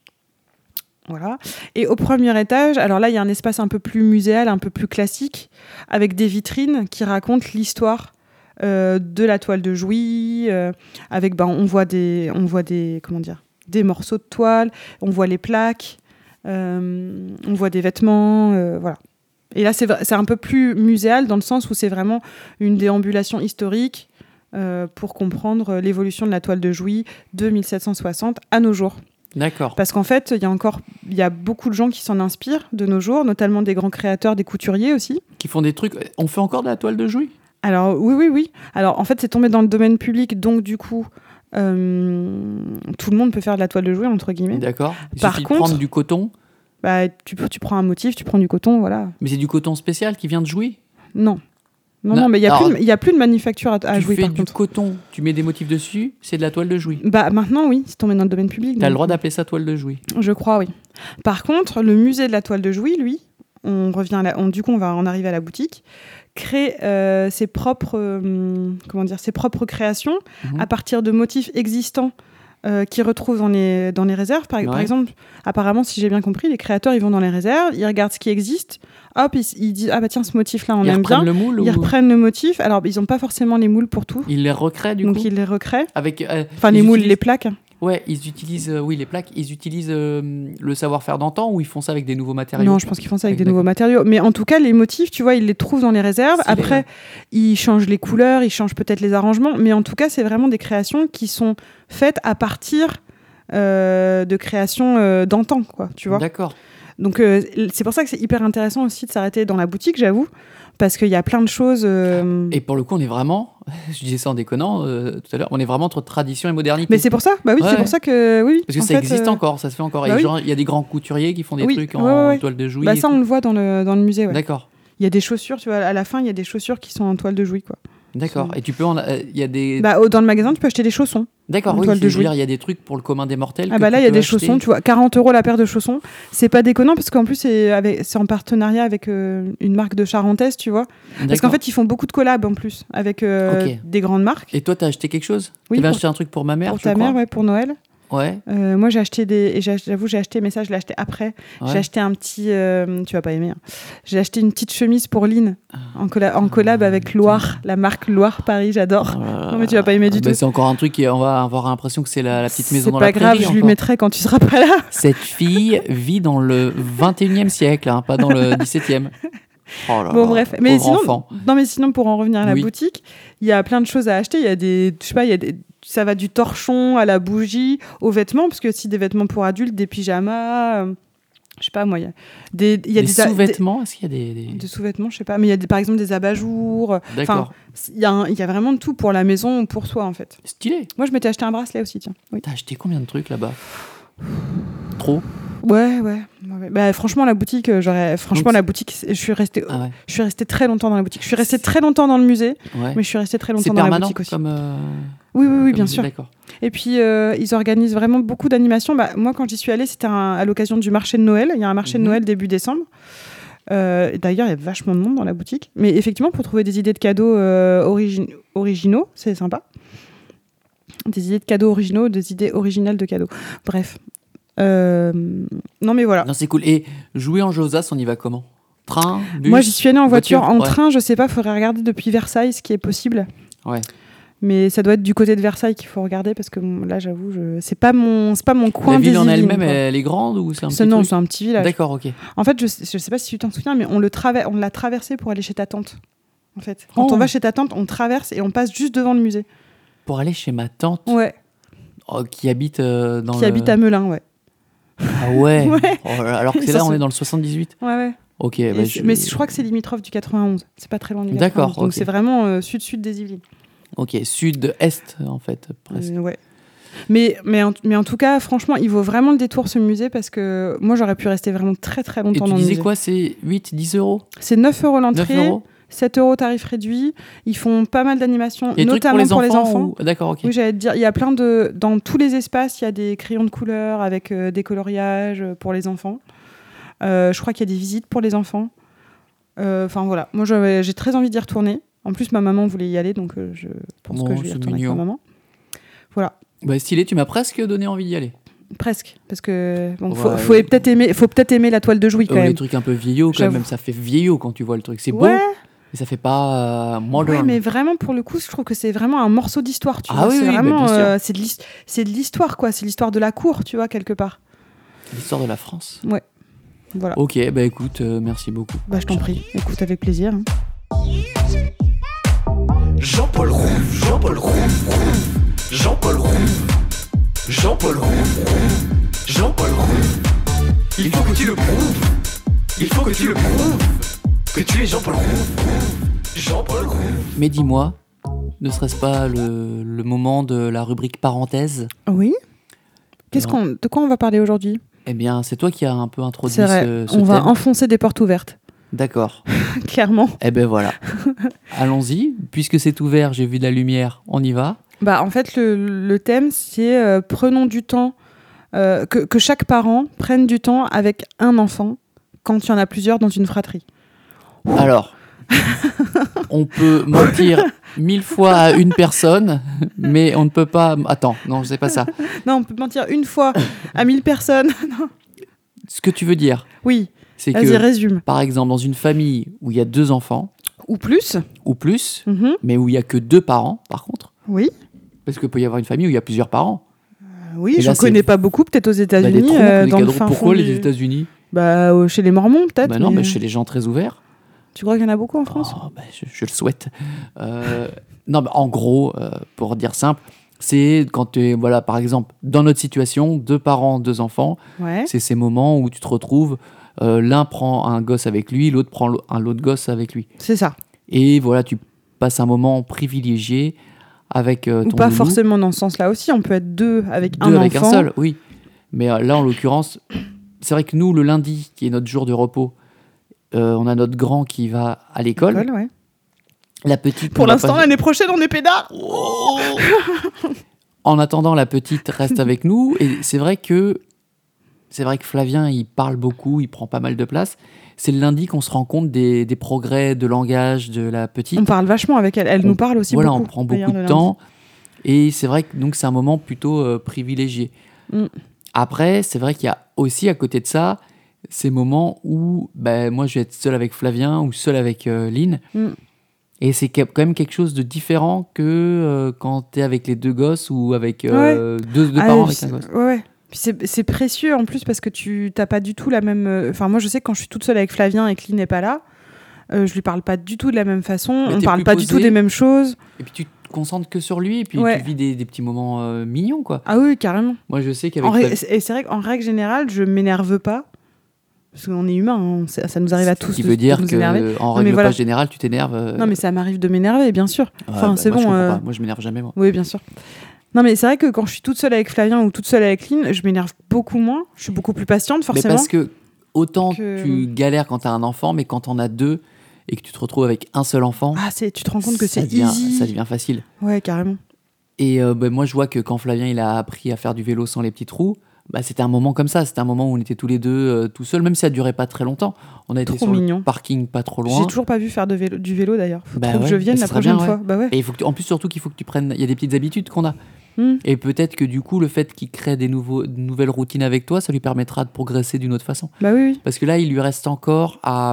Speaker 1: Voilà. Et au premier étage, alors là, il y a un espace un peu plus muséal, un peu plus classique, avec des vitrines qui racontent l'histoire de la toile de jouy. Avec, on voit des morceaux de toile, on voit les plaques, on voit des vêtements, voilà. Et là, c'est un peu plus muséal dans le sens où c'est vraiment une déambulation historique pour comprendre l'évolution de la toile de jouy de 1760 à nos jours.
Speaker 2: D'accord.
Speaker 1: Parce qu'en fait, il y a beaucoup de gens qui s'en inspirent de nos jours, notamment des grands créateurs, des couturiers aussi.
Speaker 2: Qui font des trucs... On fait encore de la toile de jouy ?
Speaker 1: Alors, oui. Alors, en fait, c'est tombé dans le domaine public, donc du coup, tout le monde peut faire de la toile de jouy, entre guillemets.
Speaker 2: D'accord. Par contre, prendre du coton.
Speaker 1: Tu prends un motif, tu prends du coton, voilà.
Speaker 2: Mais c'est du coton spécial qui vient de jouy ?
Speaker 1: Non, mais il y a plus de manufacture à jouy, par contre.
Speaker 2: Tu fais du coton, tu mets des motifs dessus, c'est de la toile de jouy.
Speaker 1: Maintenant, oui, c'est tombé dans le domaine public.
Speaker 2: T'as le droit d'appeler ça toile de jouy ?
Speaker 1: Je crois, oui. Par contre, le musée de la toile de jouy, lui, on va en arriver à la boutique, crée ses propres créations à partir de motifs existants qu'ils retrouvent dans les réserves. Par exemple, apparemment, si j'ai bien compris, les créateurs, ils vont dans les réserves, ils regardent ce qui existe, hop, ils disent « Ah bah tiens, ce motif-là, on aime bien ». Ils reprennent le motif. Alors, ils n'ont pas forcément les moules pour tout.
Speaker 2: Ils les recréent, du coup.
Speaker 1: Donc, ils les recréent.
Speaker 2: Avec,
Speaker 1: les moules, les plaques.
Speaker 2: Ouais, ils utilisent les plaques, ils utilisent le savoir-faire d'antan ou ils font ça avec des nouveaux matériaux ?
Speaker 1: Non, je pense qu'ils font ça avec des nouveaux matériaux. Mais en tout cas, les motifs, tu vois, ils les trouvent dans les réserves. Après, ils changent les couleurs, ils changent peut-être les arrangements. Mais en tout cas, c'est vraiment des créations qui sont faites à partir de créations d'antan, quoi, tu vois.
Speaker 2: D'accord.
Speaker 1: Donc, c'est pour ça que c'est hyper intéressant aussi de s'arrêter dans la boutique, j'avoue. Parce qu'il y a plein de choses...
Speaker 2: Et pour le coup, on est vraiment... Je disais ça en déconnant tout à l'heure. On est vraiment entre tradition et modernité.
Speaker 1: Mais c'est pour ça. Bah oui, c'est pour ça que... Oui,
Speaker 2: parce que ça existe encore, ça se fait encore. Il y a des grands couturiers qui font des trucs en toile de jouy.
Speaker 1: Bah ça, on le voit dans le musée, ouais.
Speaker 2: D'accord.
Speaker 1: Il y a des chaussures, tu vois, à la fin, il y a des chaussures qui sont en toile de jouy, quoi.
Speaker 2: D'accord. Et tu peux il y a des...
Speaker 1: dans le magasin, tu peux acheter des chaussons.
Speaker 2: D'accord, oui, je veux dire, il y a des trucs pour le commun des mortels.
Speaker 1: Là, il y a des chaussons, tu vois, 40 € la paire de chaussons. C'est pas déconnant parce qu'en plus, c'est en partenariat avec une marque de Charentaise, tu vois. Parce qu'en fait, ils font beaucoup de collabs en plus avec des grandes marques.
Speaker 2: Et toi, t'as acheté quelque chose ?
Speaker 1: Oui.
Speaker 2: Tu avais acheté un truc pour ma mère,
Speaker 1: pour ta mère, ouais, pour Noël.
Speaker 2: Ouais.
Speaker 1: Moi, j'ai acheté j'avoue, j'ai acheté, mais ça, je l'ai acheté après. Ouais. J'ai acheté un petit. Tu vas pas aimer. Hein. J'ai acheté une petite chemise pour Lynn en collab avec Loire, la marque Loire Paris. J'adore. Non, mais tu vas pas aimer du tout.
Speaker 2: C'est encore un truc on va avoir l'impression que c'est la petite maison dans la prairie.
Speaker 1: C'est pas grave, je lui mettrai quand tu seras pas là.
Speaker 2: Cette fille vit dans le 21e siècle, hein, pas dans le 17e. Oh là
Speaker 1: bon,
Speaker 2: là,
Speaker 1: bref. Mais sinon, pour en revenir à la boutique, il y a plein de choses à acheter. Il y a des. Je sais pas, ça va du torchon à la bougie, aux vêtements, parce que aussi des vêtements pour adultes, des pyjamas. Je sais pas, moi, il y a des
Speaker 2: sous-vêtements. Est-ce qu'il y a
Speaker 1: des sous-vêtements, je sais pas, mais il y a par exemple des abat-jours.
Speaker 2: D'accord.
Speaker 1: Il y a vraiment de tout pour la maison ou pour soi, en fait.
Speaker 2: Stylé.
Speaker 1: Moi, je m'étais acheté un bracelet aussi, tiens. Oui.
Speaker 2: T'as acheté combien de trucs là-bas? Trop.
Speaker 1: Ouais. Bah, franchement, la boutique, la boutique, je suis restée très longtemps dans la boutique. Je suis restée très longtemps dans le musée, mais je suis restée très longtemps dans la boutique aussi. Oui, bien sûr.
Speaker 2: D'accord.
Speaker 1: Et puis, ils organisent vraiment beaucoup d'animations. Bah, moi, quand j'y suis allée, c'était à l'occasion du marché de Noël. Il y a un marché de Noël début décembre. D'ailleurs, il y a vachement de monde dans la boutique. Mais effectivement, pour trouver des idées de cadeaux originaux, c'est sympa. Des idées de cadeaux originaux, des idées originales de cadeaux. Bref. Non, mais voilà.
Speaker 2: Non, c'est cool. Et jouer en Josas, on y va comment? Train, bus?
Speaker 1: Moi, j'y suis allée en voiture. En train, je sais pas, faudrait regarder depuis Versailles ce qui est possible.
Speaker 2: Ouais.
Speaker 1: Mais ça doit être du côté de Versailles qu'il faut regarder parce que là, j'avoue, c'est pas mon coin.
Speaker 2: La ville en
Speaker 1: Yvelines,
Speaker 2: elle-même, elle est grande ou c'est un petit
Speaker 1: Non,
Speaker 2: truc?
Speaker 1: c'est un petit village.
Speaker 2: D'accord, ok.
Speaker 1: En fait, je sais pas si tu t'en souviens, mais on l'a traversé pour aller chez ta tante. En fait, quand on va chez ta tante, on traverse et on passe juste devant le musée.
Speaker 2: Pour aller chez ma tante?
Speaker 1: Ouais.
Speaker 2: Qui habite
Speaker 1: habite à Melun, ouais.
Speaker 2: Ah ouais,
Speaker 1: ouais.
Speaker 2: Oh, alors que c'est là, on est dans le 78.
Speaker 1: Ouais.
Speaker 2: Ok.
Speaker 1: Mais je crois que c'est limitrophe du 90. C'est pas très loin du 90.
Speaker 2: D'accord.
Speaker 1: Donc c'est vraiment sud-sud des Yvelines.
Speaker 2: Ok, sud-est en fait, presque.
Speaker 1: Ouais. Mais en tout cas, franchement, il vaut vraiment le détour ce musée parce que moi, j'aurais pu rester vraiment très très longtemps dans le musée.
Speaker 2: Et tu disais quoi, c'est 8-10 euros?
Speaker 1: C'est 9 euros l'entrée.
Speaker 2: 9 euros.
Speaker 1: 7 euros tarif réduit. Ils font pas mal d'animations, notamment pour les enfants.
Speaker 2: D'accord, ok.
Speaker 1: Oui, j'allais te dire, il y a plein de... Dans tous les espaces, il y a des crayons de couleur avec des coloriages pour les enfants. Je crois qu'il y a des visites pour les enfants. Enfin, voilà. Moi, j'ai très envie d'y retourner. En plus, ma maman voulait y aller, donc je pense que je vais y retourner avec ma maman. Voilà.
Speaker 2: Bah, stylé, tu m'as presque donné envie d'y aller.
Speaker 1: Presque, parce que bon, faut peut-être aimer la toile de Jouy quand même.
Speaker 2: Les trucs un peu vieillots, quand même, ça fait vieillot quand tu vois le truc. C'est beau. Mais ça fait pas moderne.
Speaker 1: Ouais, mais vraiment, pour le coup, je trouve que c'est vraiment un morceau d'histoire, tu vois.
Speaker 2: Oui,
Speaker 1: c'est vraiment,
Speaker 2: bien
Speaker 1: sûr. C'est de l'histoire, quoi. C'est l'histoire de la cour, tu vois, quelque part.
Speaker 2: L'histoire de la France.
Speaker 1: Ouais, voilà.
Speaker 2: Ok, bah écoute, merci beaucoup.
Speaker 1: Bah je t'en prie, écoute avec plaisir. Hein.
Speaker 3: Jean-Paul Rouve, Jean-Paul Rouve, Jean-Paul Rouve, Jean-Paul Rouve, Jean-Paul Rouve. Il faut que tu le prouves, il faut que tu le prouves. Que tu es Jean-Paul Rouve, Jean-Paul Rouve.
Speaker 2: Mais dis-moi, ne serait-ce pas le moment de la rubrique parenthèse?
Speaker 1: Oui. De quoi on va parler aujourd'hui?
Speaker 2: Eh bien, c'est toi qui as un peu introduit
Speaker 1: ce thème. On va enfoncer des portes ouvertes.
Speaker 2: D'accord.
Speaker 1: Clairement.
Speaker 2: Eh ben voilà. Allons-y. Puisque c'est ouvert, j'ai vu de la lumière, on y va.
Speaker 1: Bah, en fait, le thème, c'est prenons du temps, que chaque parent prenne du temps avec un enfant quand il y en a plusieurs dans une fratrie.
Speaker 2: Alors, on peut mentir 1000 fois à une personne, mais on ne peut pas... Attends, non, c'est pas ça.
Speaker 1: Non, on peut mentir une fois à 1000 personnes. Non.
Speaker 2: Ce que tu veux dire,
Speaker 1: oui,
Speaker 2: c'est
Speaker 1: vas-y, résume.
Speaker 2: Par exemple, dans une famille où il y a 2 enfants...
Speaker 1: Ou plus,
Speaker 2: mais où il n'y a que 2 parents, par contre.
Speaker 1: Oui.
Speaker 2: Parce qu'il peut y avoir une famille où il y a plusieurs parents.
Speaker 1: Oui, je ne connais pas beaucoup, peut-être aux États-Unis. Dans le fin
Speaker 2: Pourquoi
Speaker 1: fond
Speaker 2: les États-Unis?
Speaker 1: Chez les Mormons, peut-être.
Speaker 2: Non, mais chez les gens très ouverts.
Speaker 1: Tu crois qu'il y en a beaucoup en France?
Speaker 2: Je le souhaite. Non, mais en gros, pour dire simple, c'est quand tu es, voilà, par exemple, dans notre situation, 2 parents, 2 enfants, c'est ces moments où tu te retrouves, l'un prend un gosse avec lui, l'autre prend l'autre gosse avec lui.
Speaker 1: C'est ça.
Speaker 2: Et voilà, tu passes un moment privilégié avec ton
Speaker 1: Ou pas
Speaker 2: loulou.
Speaker 1: Forcément dans ce sens-là aussi, on peut être 2 avec un enfant.
Speaker 2: 2 avec un seul, oui. Mais là, en l'occurrence, c'est vrai que nous, le lundi, qui est notre jour de repos, on a notre grand qui va à l'école.
Speaker 1: Ouais.
Speaker 2: La petite.
Speaker 1: Pour l'instant, l'année prochaine, on est pédard.
Speaker 2: Oh. En attendant, la petite reste avec nous. Et c'est vrai que Flavien, il parle beaucoup, il prend pas mal de place. C'est le lundi qu'on se rend compte des progrès de langage de la petite.
Speaker 1: On parle vachement avec elle. Elle nous parle aussi beaucoup.
Speaker 2: Voilà, on prend beaucoup de temps. Et c'est vrai que donc, c'est un moment plutôt privilégié. Après, c'est vrai qu'il y a aussi à côté de ça ces moments où moi je vais être seul avec Flavien ou seul avec Lynn. Et c'est quand même quelque chose de différent que quand t'es avec les deux gosses ou avec deux parents avec un gosse.
Speaker 1: Ouais. Puis c'est précieux en plus parce que tu t'as pas du tout la même. Enfin, moi je sais que quand je suis toute seule avec Flavien et que Lynn n'est pas là, je lui parle pas du tout de la même façon. On parle pas du tout des mêmes choses.
Speaker 2: Et puis tu te concentres que sur lui et puis tu vis des petits moments mignons, quoi.
Speaker 1: Ah oui, carrément.
Speaker 2: Moi je sais qu'avec
Speaker 1: et c'est vrai qu'en règle générale, je m'énerve pas. Parce qu'on est humain, hein. Ça nous arrive à tous.
Speaker 2: Ce qui veut dire qu'en règle pas générale, tu t'énerves.
Speaker 1: Non, mais ça m'arrive de m'énerver, bien sûr. Enfin, c'est bon.
Speaker 2: Moi, je m'énerve jamais, moi.
Speaker 1: Oui, bien sûr. Non, mais c'est vrai que quand je suis toute seule avec Flavien ou toute seule avec Lynn, je m'énerve beaucoup moins. Je suis beaucoup plus patiente, forcément.
Speaker 2: Mais parce que autant tu galères quand t'as un enfant, mais quand t'en as deux et que tu te retrouves avec un seul enfant,
Speaker 1: tu te rends compte que c'est easy.
Speaker 2: Ça devient facile.
Speaker 1: Ouais, carrément.
Speaker 2: Et moi, je vois que quand Flavien il a appris à faire du vélo sans les petites roues, c'était un moment comme ça. C'était un moment où on était tous les deux tout seuls, même si ça durait pas très longtemps. On a été sur le parking pas trop loin.
Speaker 1: J'ai toujours pas vu faire du vélo d'ailleurs. Faut que je vienne la prochaine fois. Bah ouais.
Speaker 2: Et en plus, surtout qu'il faut que tu prennes. Il y a des petites habitudes qu'on a. Et peut-être que du coup, le fait qu'il crée de nouvelles routines avec toi, ça lui permettra de progresser d'une autre façon.
Speaker 1: Bah oui.
Speaker 2: Parce que là, il lui reste encore à.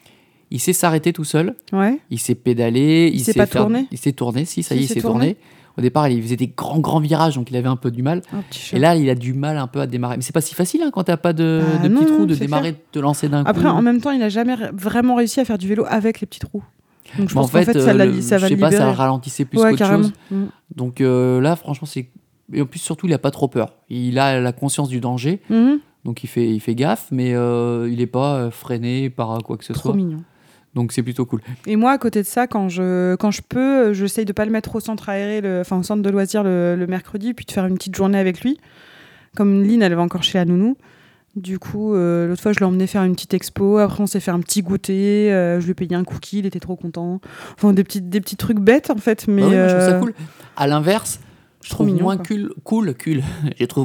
Speaker 2: Il sait s'arrêter tout seul.
Speaker 1: Ouais.
Speaker 2: Il sait pédaler.
Speaker 1: Il sait pas tourner.
Speaker 2: Il s'est tourné, si, ça y est, il s'est tourné. Au départ, il faisait des grands virages, donc il avait un peu du mal. Et là, il a du mal un peu à démarrer. Mais c'est pas si facile quand t'as pas de petits trous, de démarrer, de te lancer d'un coup.
Speaker 1: Après, en même temps, il a jamais vraiment réussi à faire du vélo avec les petits trous. Donc je pense qu'en fait, ça va libérer.
Speaker 2: Ça ralentissait plus qu'autre chose. Donc là, franchement, c'est... Et en plus, surtout, il a pas trop peur. Il a la conscience du danger. Donc il fait gaffe, mais il est pas freiné par quoi que ce soit.
Speaker 1: Trop mignon.
Speaker 2: Donc c'est plutôt cool.
Speaker 1: Et moi, à côté de ça, quand je peux, j'essaye de pas le mettre au centre aéré, au centre de loisirs le mercredi, puis de faire une petite journée avec lui. Comme Lynn, elle va encore chez la nounou. Du coup, l'autre fois, je l'ai emmené faire une petite expo. Après, on s'est fait un petit goûter. Je lui ai payé un cookie, il était trop content. Enfin, des petits trucs bêtes, en fait. Mais
Speaker 2: moi, je trouve ça cool. À l'inverse, je trouve moins cool. Je trouve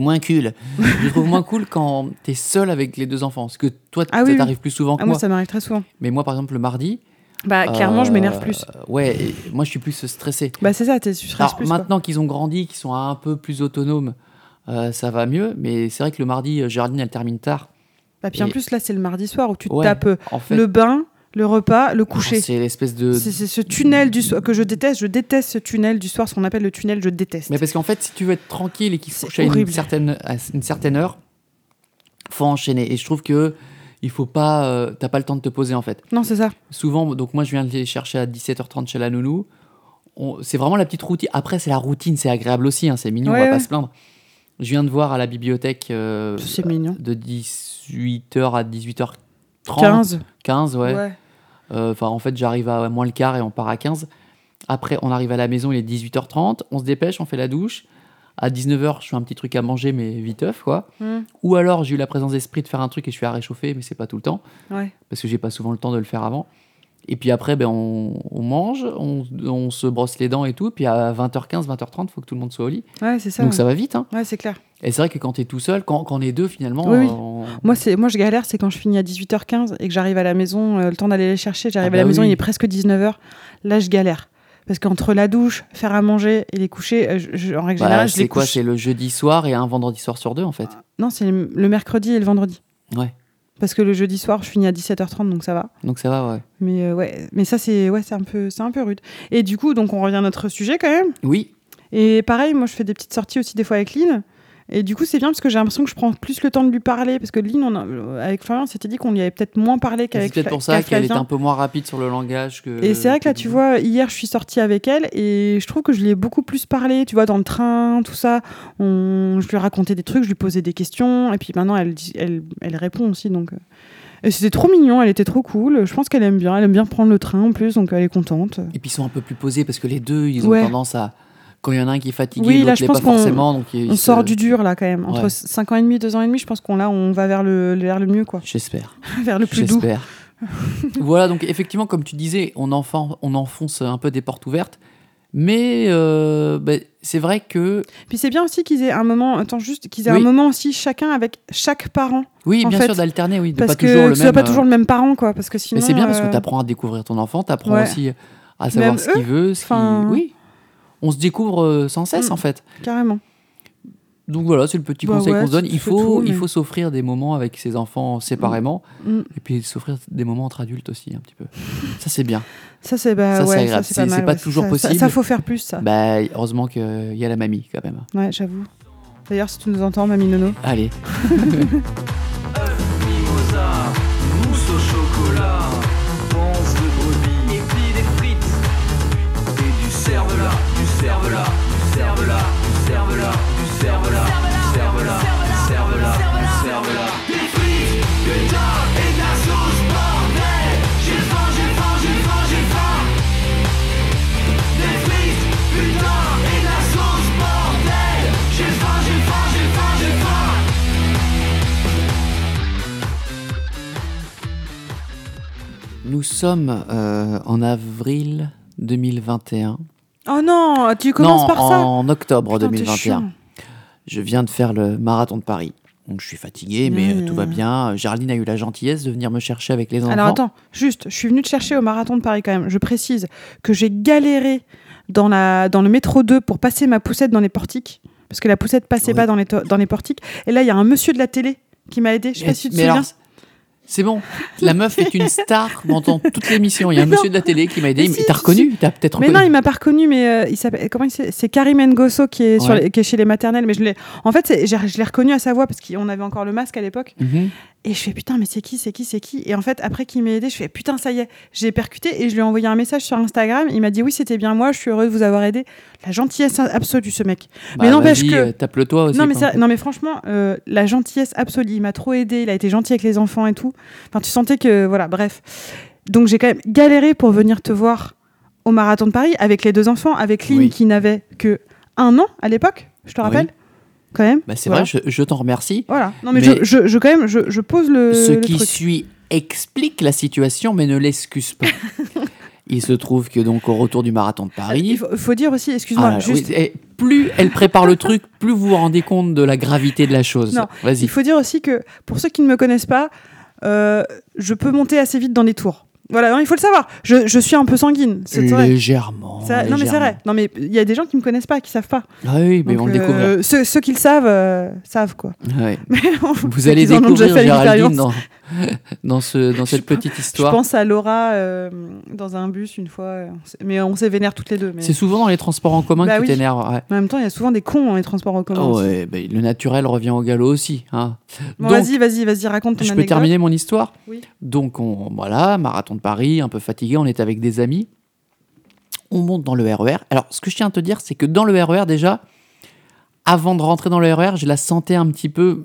Speaker 2: moins cool quand t'es seul avec les deux enfants. Parce que toi, ça t'arrive plus souvent que moi.
Speaker 1: Moi, ça m'arrive très souvent.
Speaker 2: Mais moi, par exemple, le mardi...
Speaker 1: clairement, je m'énerve plus.
Speaker 2: Ouais, et moi, je suis plus stressé.
Speaker 1: C'est ça, tu stresses plus.
Speaker 2: Maintenant qu'ils ont grandi, qu'ils sont un peu plus autonomes, ça va mieux. Mais c'est vrai que le mardi, Géraldine, elle termine tard.
Speaker 1: Puis en plus, là, c'est le mardi soir où tu te tapes le bain, le repas, le coucher.
Speaker 2: C'est l'espèce de...
Speaker 1: C'est ce tunnel du soir que je déteste. Je déteste ce tunnel du soir, ce qu'on appelle le tunnel, je déteste.
Speaker 2: Mais parce qu'en fait, si tu veux être tranquille et qu'il se couche à une certaine heure, faut enchaîner. Et je trouve que il faut pas... t'as pas le temps de te poser, en fait.
Speaker 1: Non, c'est ça.
Speaker 2: Souvent, donc moi, je viens de les chercher à 17h30 chez la nounou. C'est vraiment la petite routine. Après, c'est la routine, c'est agréable aussi. C'est mignon, on va pas se plaindre. Je viens de voir à la bibliothèque
Speaker 1: c'est mignon.
Speaker 2: De 18h à 18h30. 15, ouais. En fait, j'arrive à moins le quart et on part à 15. Après, on arrive à la maison, il est 18h30. On se dépêche, on fait la douche. À 19h, je fais un petit truc à manger, mais viteuf, quoi. Ou alors, j'ai eu la présence d'esprit de faire un truc et je suis à réchauffer, mais c'est pas tout le temps. Parce que j'ai pas souvent le temps de le faire avant. Et puis après, on mange, on se brosse les dents et tout. Puis à 20h15, 20h30, il faut que tout le monde soit au lit.
Speaker 1: Ouais, c'est ça.
Speaker 2: Donc ça va vite.
Speaker 1: Ouais, c'est clair.
Speaker 2: Et c'est vrai que quand t'es tout seul, quand on est deux, finalement...
Speaker 1: Oui. Moi, je galère, c'est quand je finis à 18h15 et que j'arrive à la maison, le temps d'aller les chercher, j'arrive à la maison, il est presque 19h. Là, je galère. Parce qu'entre la douche, faire à manger et les coucher, en règle générale, je les couche.
Speaker 2: C'est le jeudi soir et un vendredi soir sur deux, en fait?
Speaker 1: Non, c'est le mercredi et le vendredi.
Speaker 2: Ouais.
Speaker 1: Parce que le jeudi soir, je finis à 17h30, donc ça va.
Speaker 2: Donc ça va, ouais.
Speaker 1: Mais ça, c'est un peu rude. Et du coup, donc on revient à notre sujet quand même.
Speaker 2: Oui.
Speaker 1: Et pareil, moi, je fais des petites sorties aussi des fois avec Lynn. Et du coup, c'est bien parce que j'ai l'impression que je prends plus le temps de lui parler. Parce que Lynn, avec Florian, on s'était dit qu'on lui avait peut-être moins parlé qu'avec Flavien.
Speaker 2: C'est peut-être pour ça qu'elle est un peu moins rapide sur le langage.
Speaker 1: Et c'est vrai que là, tu vois, hier, je suis sortie avec elle et je trouve que je lui ai beaucoup plus parlé. Tu vois, dans le train, tout ça. Je lui racontais des trucs, je lui posais des questions. Et puis maintenant, elle répond aussi. Donc... Et c'était trop mignon, elle était trop cool. Je pense qu'elle aime bien prendre le train en plus, donc elle est contente.
Speaker 2: Et puis ils sont un peu plus posés parce que les deux, ils ont tendance à... Quand il y en a un qui est fatigué,
Speaker 1: là,
Speaker 2: l'autre l'est pas forcément. Donc
Speaker 1: on sort du dur là quand même. Entre 5 ans et demi, 2 ans et demi, je pense qu'on va vers le mieux, quoi.
Speaker 2: J'espère.
Speaker 1: Vers le plus doux.
Speaker 2: J'espère. Voilà, donc effectivement, comme tu disais, on enfonce un peu des portes ouvertes. Mais c'est vrai que...
Speaker 1: Puis c'est bien aussi qu'ils aient un moment, un moment aussi chacun avec chaque parent.
Speaker 2: Oui, bien sûr, d'alterner, oui.
Speaker 1: Parce que ce soit pas toujours le même parent, quoi. Parce que sinon...
Speaker 2: Mais c'est bien parce que tu apprends à découvrir ton enfant, tu apprends aussi à savoir même ce qu'il veut. Oui, on se découvre sans cesse, en fait.
Speaker 1: Carrément.
Speaker 2: Donc voilà, c'est le petit conseil qu'on se donne. Il faut s'offrir des moments avec ses enfants séparément, et puis s'offrir des moments entre adultes aussi, un petit peu. Ça, c'est bien.
Speaker 1: Ça, c'est agréable.
Speaker 2: C'est pas toujours possible.
Speaker 1: Ça, faut faire plus, ça.
Speaker 2: Heureusement qu'il y a la mamie, quand même.
Speaker 1: Ouais, j'avoue. D'ailleurs, si tu nous entends, mamie Nono.
Speaker 2: Allez.
Speaker 3: Mimosa, mousse au chocolat, panse de brebis, et puis des frites, et du cervelas, du cervelas, du cervelas, du cervelas, du cervelas, du cervelas, du cervelas, du cervelas, des frites, du thym et de la sauce, bordel. J'ai faim, j'ai faim, j'ai faim, j'ai faim. Des frites, du thym et de la sauce, bordel. J'ai faim, j'ai faim, j'ai faim, j'ai faim.
Speaker 2: Nous sommes en avril 2021.
Speaker 1: Oh non, tu commences par ça.
Speaker 2: En octobre
Speaker 1: Putain,
Speaker 2: 2021. Je viens de faire le marathon de Paris. Donc je suis fatigué, mais tout va bien. Géraldine a eu la gentillesse de venir me chercher avec les enfants.
Speaker 1: Alors attends, juste, je suis venue te chercher au marathon de Paris quand même. Je précise que j'ai galéré dans le métro 2 pour passer ma poussette dans les portiques. Parce que la poussette passait pas dans les portiques. Et là, il y a un monsieur de la télé qui m'a aidé. Je sais pas si tu te souviens.
Speaker 2: C'est bon, la meuf est une star dans toute l'émission. Il y a un monsieur de la télé qui m'a aidé. T'as reconnu ? T'as peut-être reconnu.
Speaker 1: Mais non, il m'a pas reconnu, mais il s'appelle. Comment il s'appelle ? C'est Karim Ngosso qui est, qui est chez les maternelles. Mais je l'ai reconnu à sa voix parce qu'on avait encore le masque à l'époque. Mm-hmm. Et je fais putain, mais c'est qui ? Et en fait, après qu'il m'ait aidé, je fais putain, ça y est, j'ai percuté et je lui ai envoyé un message sur Instagram. Il m'a dit oui, c'était bien moi, je suis heureux de vous avoir aidé. La gentillesse absolue, ce mec. Mais n'empêche que.
Speaker 2: Tape-le toi aussi.
Speaker 1: Non, mais franchement, la gentillesse absolue. Il m'a trop aidé, il a été gentil avec les enfants et tout. Enfin, tu sentais que. Voilà, bref. Donc, j'ai quand même galéré pour venir te voir au Marathon de Paris avec les 2 enfants, avec Lynn qui n'avait que 1 an à l'époque, je te rappelle. Quand même.
Speaker 2: C'est vrai, je t'en remercie.
Speaker 1: Voilà. Non, mais je pose le.
Speaker 2: Ce
Speaker 1: le
Speaker 2: qui
Speaker 1: truc.
Speaker 2: suit explique la situation, mais ne l'excuse pas. Il se trouve que donc au retour du marathon de Paris.
Speaker 1: Il faut dire aussi, excuse-moi, juste.
Speaker 2: Oui, plus elle prépare le truc, plus vous vous rendez compte de la gravité de la chose.
Speaker 1: Non,
Speaker 2: vas-y.
Speaker 1: Il faut dire aussi que pour ceux qui ne me connaissent pas, je peux monter assez vite dans les tours. Voilà, non, il faut le savoir. Je suis un peu sanguine.
Speaker 2: Légèrement.
Speaker 1: Non, mais c'est vrai. Non, mais il y a des gens qui me connaissent pas, qui savent pas.
Speaker 2: Ah oui, mais on le découvre.
Speaker 1: Ceux qui le savent, savent quoi.
Speaker 2: Ouais. Vous allez découvrir Géraldine dans cette petite histoire.
Speaker 1: Je pense à Laura dans un bus une fois, mais on s'est vénère toutes les deux. Mais...
Speaker 2: C'est souvent dans les transports en commun que tu t'énerves. Ouais.
Speaker 1: En même temps, il y a souvent des cons dans les transports en commun.
Speaker 2: Le naturel revient au galop aussi. Hein.
Speaker 1: Bon, donc, vas-y, raconte ton anecdote.
Speaker 2: Je peux terminer mon histoire ?
Speaker 1: Oui.
Speaker 2: Donc, marathon de Paris, un peu fatigué, on est avec des amis. On monte dans le RER. Alors, ce que je tiens à te dire, c'est que dans le RER, déjà, avant de rentrer dans le RER, je la sentais un petit peu...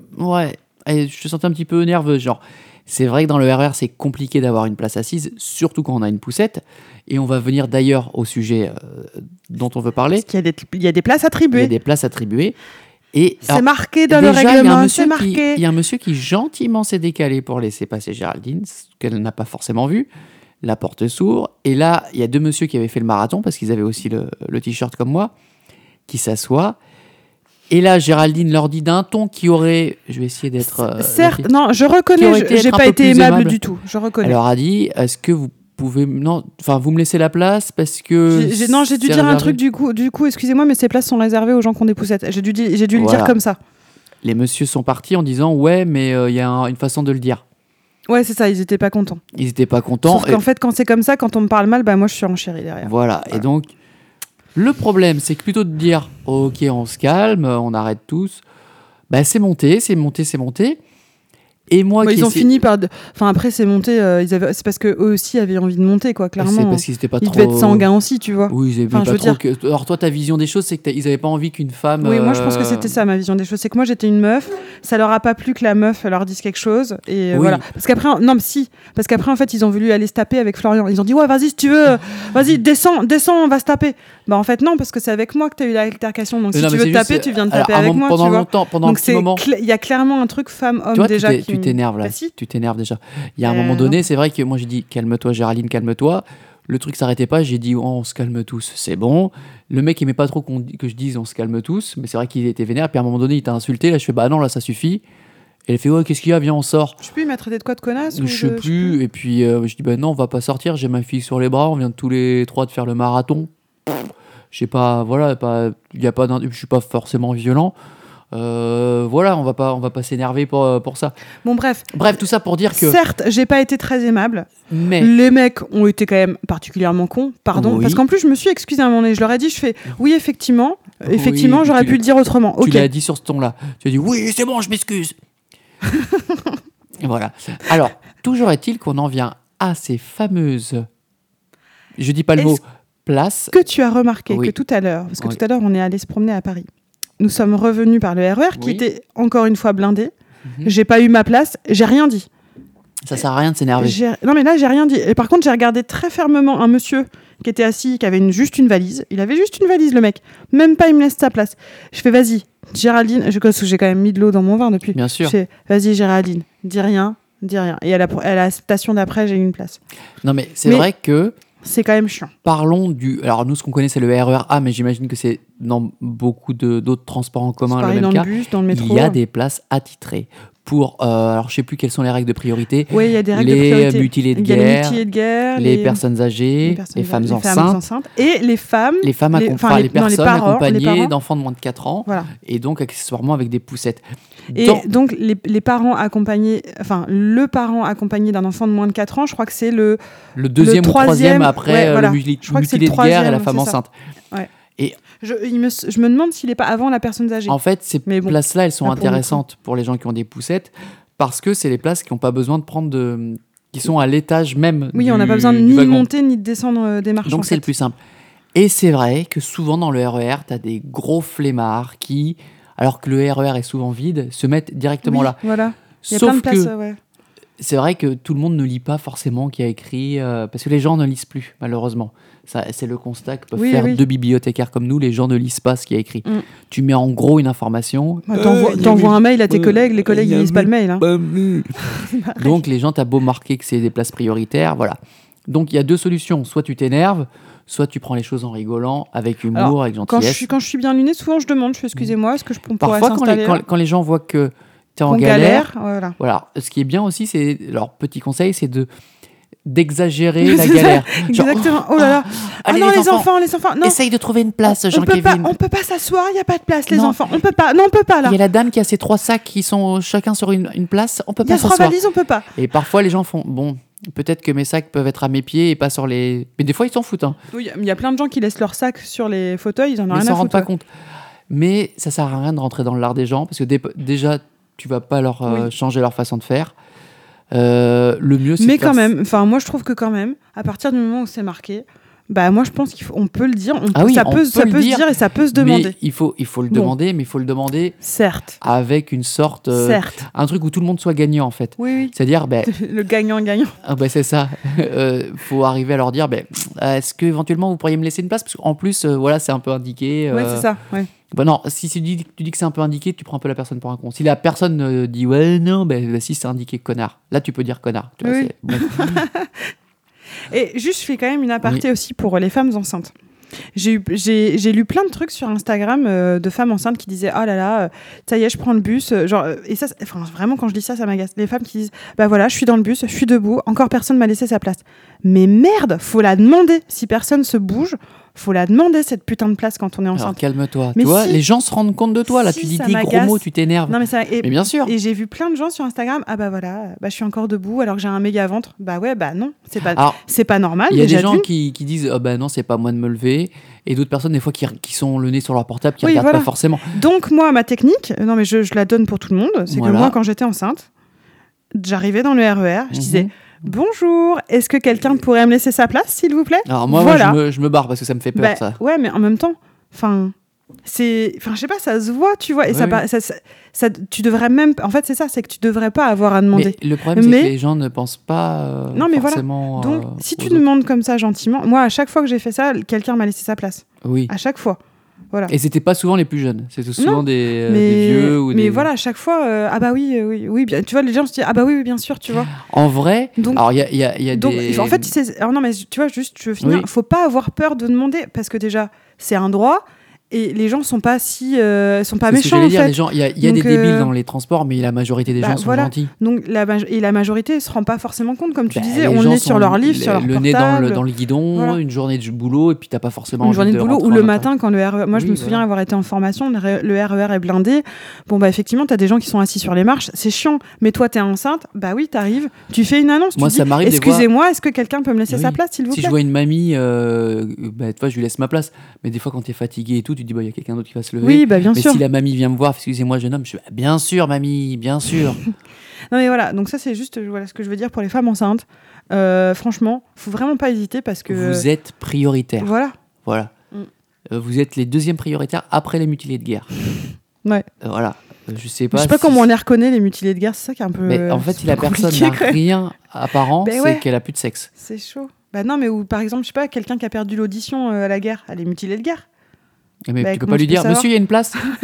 Speaker 2: je sentais un petit peu nerveuse, genre... C'est vrai que dans le RER, c'est compliqué d'avoir une place assise, surtout quand on a une poussette. Et on va venir d'ailleurs au sujet dont on veut parler.
Speaker 1: Parce qu'il y a des places attribuées.
Speaker 2: Il y a des places attribuées. Et
Speaker 1: c'est marqué dans le règlement, c'est marqué.
Speaker 2: Il y a un monsieur qui gentiment s'est décalé pour laisser passer Géraldine, ce qu'elle n'a pas forcément vu. La porte s'ouvre. Et là, il y a 2 messieurs qui avaient fait le marathon, parce qu'ils avaient aussi le t-shirt comme moi, qui s'assoient. Et là, Géraldine leur dit d'un ton qui aurait... Je vais essayer d'être...
Speaker 1: certes, non, je reconnais, j'ai pas été aimable du tout, je reconnais.
Speaker 2: Elle leur a dit, est-ce que vous pouvez... Non, enfin, vous me laissez la place parce que...
Speaker 1: J'ai dû dire un truc du coup, excusez-moi, mais ces places sont réservées aux gens qui ont des poussettes. J'ai dû le dire comme ça.
Speaker 2: Les messieurs sont partis en disant, ouais, mais il y a une façon de le dire.
Speaker 1: Ouais, c'est ça, ils étaient pas contents.
Speaker 2: Sauf
Speaker 1: qu'en fait, quand c'est comme ça, quand on me parle mal, moi je suis en chérie derrière.
Speaker 2: Voilà. Et donc... Le problème, c'est que plutôt de dire « Ok, on se calme, on arrête tous », c'est monté. Et moi,
Speaker 1: ils ont fini par... Enfin, après, c'est monté... c'est parce qu'eux aussi avaient envie de monter, quoi, clairement.
Speaker 2: C'est parce qu'ils étaient pas trop...
Speaker 1: Ils devaient être sanguins aussi, tu vois.
Speaker 2: Oui, ils avaient pas trop... Alors toi, ta vision des choses, c'est qu'ils avaient pas envie qu'une femme...
Speaker 1: Oui, moi, je pense que c'était ça, ma vision des choses. C'est que moi, j'étais une meuf. Ça leur a pas plu que la meuf leur dise quelque chose. Et voilà. Parce qu'après... Non, mais si. Parce qu'après, en fait, ils ont voulu aller se taper avec Florian. Ils ont dit, ouais, vas-y, si tu veux. Vas-y, descends, on va se taper. En fait, non, parce que c'est avec moi que t'as eu l'altercation. Donc, si tu veux te taper, tu viens de taper avec moi, tu vois.
Speaker 2: Pendant un petit moment...
Speaker 1: Il y a clairement un truc femme-homme déjà.
Speaker 2: Tu t'énerves, là. Tu t'énerves déjà. Il y a un moment donné, c'est vrai que moi j'ai dit calme-toi Géraldine, calme-toi. Le truc s'arrêtait pas, j'ai dit on se calme tous, c'est bon. Le mec aimait pas trop que je dise on se calme tous, mais c'est vrai qu'il était vénère. Puis à un moment donné il t'a insulté, là je fais bah non là ça suffit. Et elle fait ouais qu'est-ce qu'il y a, viens on sort.
Speaker 1: Je sais plus, il m'a traité de quoi, de connasse
Speaker 2: Je sais plus. Et puis je dis bah non on va pas sortir, j'ai ma fille sur les bras, on vient tous les 3 de faire le marathon. Je sais pas, voilà, je suis pas forcément violent. Voilà, on va pas s'énerver pour ça.
Speaker 1: Bon, bref,
Speaker 2: tout ça pour dire que...
Speaker 1: Certes, j'ai pas été très aimable,
Speaker 2: mais
Speaker 1: les mecs ont été quand même particulièrement cons, pardon,
Speaker 2: Oui.
Speaker 1: parce qu'en plus, je me suis excusée à un moment donné. Je leur ai dit, oui, effectivement, j'aurais pu le dire autrement.
Speaker 2: Tu
Speaker 1: Ok.
Speaker 2: l'as dit sur ce ton-là. Tu as dit, oui, c'est bon, je m'excuse. Voilà. Alors, toujours est-il qu'on en vient à ces fameuses... Je dis pas le mot place.
Speaker 1: Que tu as remarqué
Speaker 2: Oui.
Speaker 1: que tout à l'heure, parce que
Speaker 2: Oui.
Speaker 1: tout à l'heure, on est allé se promener à Paris. Nous sommes revenus par le RER qui
Speaker 2: Oui.
Speaker 1: était encore une fois blindé.
Speaker 2: Mhm.
Speaker 1: J'ai pas eu ma place, j'ai rien dit.
Speaker 2: Ça sert à rien de s'énerver.
Speaker 1: Non, mais là, j'ai rien dit. Et par contre, j'ai regardé très fermement un monsieur qui était assis, qui avait juste une valise. Il avait juste une valise, le mec. Même pas, il me laisse sa place. Je fais, vas-y, Géraldine. Parce que j'ai quand même mis de l'eau dans mon vin depuis.
Speaker 2: Bien sûr.
Speaker 1: Je fais, vas-y, Géraldine, dis rien. Et à la station d'après, j'ai eu une place.
Speaker 2: Non, mais c'est
Speaker 1: Mais-
Speaker 2: vrai que...
Speaker 1: C'est quand même chiant.
Speaker 2: Parlons du... Alors, nous, ce qu'on connaît, c'est le RER A, mais j'imagine que c'est dans beaucoup d'autres transports en commun
Speaker 1: C'est
Speaker 2: le
Speaker 1: pareil
Speaker 2: même
Speaker 1: dans
Speaker 2: cas.
Speaker 1: le bus, dans le métro.
Speaker 2: Il y a des places attitrées pour... alors, je sais plus quelles sont les règles de priorité.
Speaker 1: Oui, il y a des règles de
Speaker 2: Les
Speaker 1: priorité.
Speaker 2: mutilés de
Speaker 1: Il y a les
Speaker 2: guerre,
Speaker 1: mutilés de guerre,
Speaker 2: les personnes âgées, les femmes enceintes,
Speaker 1: et les femmes,
Speaker 2: les femmes
Speaker 1: les
Speaker 2: personnes
Speaker 1: parents,
Speaker 2: accompagnées d'enfants de moins de 4 ans,
Speaker 1: voilà.
Speaker 2: et donc accessoirement avec des poussettes.
Speaker 1: Et donc les parents accompagnés, enfin le parent accompagné d'un enfant de moins de 4 ans, je crois que c'est le
Speaker 2: deuxième ou troisième après
Speaker 1: ouais, voilà.
Speaker 2: le
Speaker 1: Je crois que c'est
Speaker 2: mutilé
Speaker 1: le
Speaker 2: de guerre et la
Speaker 1: troisième,
Speaker 2: femme
Speaker 1: c'est ça.
Speaker 2: enceinte.
Speaker 1: Ouais.
Speaker 2: Et
Speaker 1: je me demande s'il n'est pas avant la personne âgée.
Speaker 2: en fait, ces
Speaker 1: Mais bon,
Speaker 2: places-là, elles sont
Speaker 1: là, pour le
Speaker 2: intéressantes pour les gens qui ont des poussettes parce que c'est les places qui n'ont pas besoin de prendre qui sont à l'étage même
Speaker 1: Oui, on n'a pas besoin
Speaker 2: du
Speaker 1: ni de
Speaker 2: wagon.
Speaker 1: monter ni de descendre des marches.
Speaker 2: Donc
Speaker 1: en
Speaker 2: c'est
Speaker 1: fait.
Speaker 2: le plus simple. Et c'est vrai que souvent dans le RER, tu as des gros flemmards qui, alors que le RER est souvent vide, se mettent directement
Speaker 1: Oui,
Speaker 2: là.
Speaker 1: Voilà. Il y a
Speaker 2: Sauf
Speaker 1: plein de places.
Speaker 2: que
Speaker 1: Ouais.
Speaker 2: c'est vrai que tout le monde ne lit pas forcément qui a écrit, parce que les gens ne lisent plus, malheureusement. Ça, c'est le constat que peuvent
Speaker 1: Oui,
Speaker 2: faire
Speaker 1: oui.
Speaker 2: deux bibliothécaires comme nous, les gens ne lisent pas ce qui a écrit.
Speaker 1: Mm.
Speaker 2: Tu mets en gros une information.
Speaker 1: Bah, t'envoies un mail à tes collègues, les collègues ils lisent pas le mail. Hein.
Speaker 2: Donc les gens, t'as beau marquer que c'est des places prioritaires, voilà. Donc il y a deux solutions, soit tu t'énerves, soit tu prends les choses en rigolant, avec humour,
Speaker 1: Alors,
Speaker 2: avec
Speaker 1: Quand
Speaker 2: gentillesse.
Speaker 1: je suis bien lunée, souvent je demande, je fais excusez-moi, est-ce que on pourrait
Speaker 2: Parfois
Speaker 1: s'installer là
Speaker 2: quand les gens voient que t'es en
Speaker 1: Qu'on
Speaker 2: galère,
Speaker 1: voilà.
Speaker 2: voilà. Ce qui est bien aussi, c'est leur petit conseil, c'est d'exagérer la galère. Genre,
Speaker 1: Exactement. Oh là là.
Speaker 2: allez,
Speaker 1: non,
Speaker 2: les
Speaker 1: les enfants, non.
Speaker 2: essaye de trouver une place,
Speaker 1: on
Speaker 2: Jean-Kévin.
Speaker 1: peut pas s'asseoir, il y a pas de place, les
Speaker 2: Non.
Speaker 1: enfants. On peut pas. Non, on peut pas là.
Speaker 2: Il y a la dame qui a ses 3 sacs qui sont chacun sur une place, on peut
Speaker 1: Il y a
Speaker 2: pas
Speaker 1: 3
Speaker 2: s'asseoir.
Speaker 1: valises, on peut pas.
Speaker 2: Et parfois les gens font bon, peut-être que mes sacs peuvent être à mes pieds et pas sur les. Mais des fois ils s'en foutent, hein.
Speaker 1: Oui, il y a plein de gens qui laissent leurs sacs sur les fauteuils, ils en ont
Speaker 2: Mais
Speaker 1: rien
Speaker 2: ils
Speaker 1: à
Speaker 2: s'en rendent
Speaker 1: foutre.
Speaker 2: pas compte. Mais ça sert à rien de rentrer dans l'art des gens parce que déjà tu vas pas leur
Speaker 1: Oui.
Speaker 2: changer leur façon de faire. Le mieux c'est
Speaker 1: Mais
Speaker 2: de faire
Speaker 1: quand même, enfin moi je trouve que quand même, à partir du moment où c'est marqué, bah moi je pense qu'on peut le dire,
Speaker 2: Ah oui,
Speaker 1: ça
Speaker 2: on
Speaker 1: peut
Speaker 2: peut
Speaker 1: se
Speaker 2: le dire,
Speaker 1: dire et ça peut se demander.
Speaker 2: Mais il faut le
Speaker 1: Bon.
Speaker 2: demander, mais il faut le demander
Speaker 1: Certes,
Speaker 2: avec une sorte
Speaker 1: certes.
Speaker 2: un truc où tout le monde soit gagnant en fait.
Speaker 1: Oui,
Speaker 2: C'est-à-dire ben
Speaker 1: le gagnant-gagnant.
Speaker 2: c'est ça. Faut arriver à leur dire est-ce que éventuellement vous pourriez me laisser une place parce qu'en plus voilà, c'est un peu indiqué.
Speaker 1: Ouais, c'est ça. Ouais.
Speaker 2: Bah non, si tu dis que c'est un peu indiqué, tu prends un peu la personne pour un con. Si la personne dit ouais, non, si c'est indiqué connard, là tu peux dire connard. Tu vois,
Speaker 1: Oui.
Speaker 2: c'est bon.
Speaker 1: Et juste, je fais quand même une aparté aussi pour les femmes enceintes. J'ai lu plein de trucs sur Instagram de femmes enceintes qui disaient oh là là, ça y est, je prends le bus. Et ça, vraiment, quand je dis ça, ça m'agace. Les femmes qui disent bah voilà, je suis dans le bus, je suis debout, encore personne m'a laissé sa place. Mais merde, faut la demander. Si personne se bouge, faut la demander cette putain de place quand on est
Speaker 2: Alors
Speaker 1: enceinte.
Speaker 2: calme-toi.
Speaker 1: Mais
Speaker 2: Tu vois,
Speaker 1: si.
Speaker 2: les gens se rendent compte de toi. Là,
Speaker 1: Si,
Speaker 2: tu dis
Speaker 1: ça
Speaker 2: des gros
Speaker 1: m'agace.
Speaker 2: mots, tu t'énerves.
Speaker 1: Non mais ça.
Speaker 2: Mais bien sûr.
Speaker 1: Et j'ai vu plein de gens sur Instagram. Ah bah voilà, bah je suis encore debout alors que j'ai un méga ventre. Bah ouais, bah non,
Speaker 2: Alors,
Speaker 1: c'est pas normal.
Speaker 2: il y a des
Speaker 1: déjà
Speaker 2: gens
Speaker 1: d'une.
Speaker 2: qui disent oh, bah non, c'est pas moi de me lever. Et d'autres personnes, des fois, qui sont le nez sur leur portable, qui
Speaker 1: Oui,
Speaker 2: regardent
Speaker 1: voilà.
Speaker 2: pas forcément.
Speaker 1: Donc moi, ma technique, non mais je la donne pour tout le monde, c'est
Speaker 2: Voilà.
Speaker 1: que moi quand j'étais enceinte, j'arrivais dans le RER, je disais bonjour, est-ce que quelqu'un pourrait me laisser sa place s'il vous plaît?
Speaker 2: Alors moi,
Speaker 1: Voilà.
Speaker 2: je me barre parce que ça me fait peur,
Speaker 1: Bah,
Speaker 2: ça.
Speaker 1: ouais, mais en même temps, je sais pas, ça se voit, tu vois, et
Speaker 2: Ouais,
Speaker 1: tu devrais même, en fait c'est ça, c'est que tu devrais pas avoir à demander.
Speaker 2: Mais le problème, c'est
Speaker 1: Mais-
Speaker 2: que les gens ne pensent pas
Speaker 1: Non, mais voilà.
Speaker 2: forcément.
Speaker 1: Donc si tu
Speaker 2: aux autres.
Speaker 1: demandes comme ça gentiment, moi à chaque fois que j'ai fait ça, quelqu'un m'a laissé sa place,
Speaker 2: Oui.
Speaker 1: à chaque fois. Voilà.
Speaker 2: Et c'était pas souvent les plus jeunes, c'était souvent
Speaker 1: Non,
Speaker 2: des
Speaker 1: mais
Speaker 2: vieux ou
Speaker 1: mais
Speaker 2: des...
Speaker 1: voilà, à chaque fois, ah bah oui, bien, tu vois, les gens se disent ah bah oui, bien sûr, tu vois.
Speaker 2: En vrai,
Speaker 1: Donc-
Speaker 2: alors il y a
Speaker 1: Donc,
Speaker 2: des...
Speaker 1: en fait, alors non, mais tu vois, juste, je veux finir.
Speaker 2: Oui.
Speaker 1: Faut pas avoir peur de demander parce que déjà, c'est un droit Et les gens sont pas méchants,
Speaker 2: en fait. Il y a
Speaker 1: Donc,
Speaker 2: des débiles dans les transports, mais la majorité des gens sont gentils.
Speaker 1: Donc la majorité se rend pas forcément compte, comme tu disais. On est sur leur livre, sur leur portable.
Speaker 2: Le nez dans le guidon, une journée de boulot, et puis t'as pas forcément
Speaker 1: une journée de boulot, ou le matin, quand le RER... Moi, je me souviens avoir été en formation, le RER est blindé. Bon, bah effectivement, t'as des gens qui sont assis sur les marches, c'est chiant. Mais toi, t'es enceinte, bah oui, t'arrives, tu fais une annonce,
Speaker 2: moi,
Speaker 1: tu dis, excusez-moi, est-ce que quelqu'un peut me laisser sa place, s'il vous plaît ?
Speaker 2: Si je vois une mamie, toi, je lui laisse ma place. Mais des fois, quand t'es fatigué et tout, tu dis, il y a quelqu'un d'autre qui va se lever.
Speaker 1: Oui, bah bien sûr.
Speaker 2: Mais si la mamie vient me voir, excusez-moi, jeune homme, je suis bien sûr, mamie, bien sûr.
Speaker 1: Non, mais voilà, donc ça, c'est juste ce que je veux dire pour les femmes enceintes. Franchement, faut vraiment pas hésiter parce que.
Speaker 2: Vous êtes prioritaire. Voilà. Vous êtes les deuxièmes prioritaires après les mutilés de guerre.
Speaker 1: Ouais.
Speaker 2: Voilà. Je sais pas
Speaker 1: comment on les reconnaît, les mutilés de guerre, c'est ça qui est un peu.
Speaker 2: Mais en fait, si la personne n'a rien apparent, c'est qu'elle a plus de sexe.
Speaker 1: C'est chaud. Bah non, mais par exemple, je sais pas, quelqu'un qui a perdu l'audition à la guerre, elle est mutilée de guerre.
Speaker 2: Mais tu peux pas lui dire, monsieur, il y a une place.
Speaker 1: Non,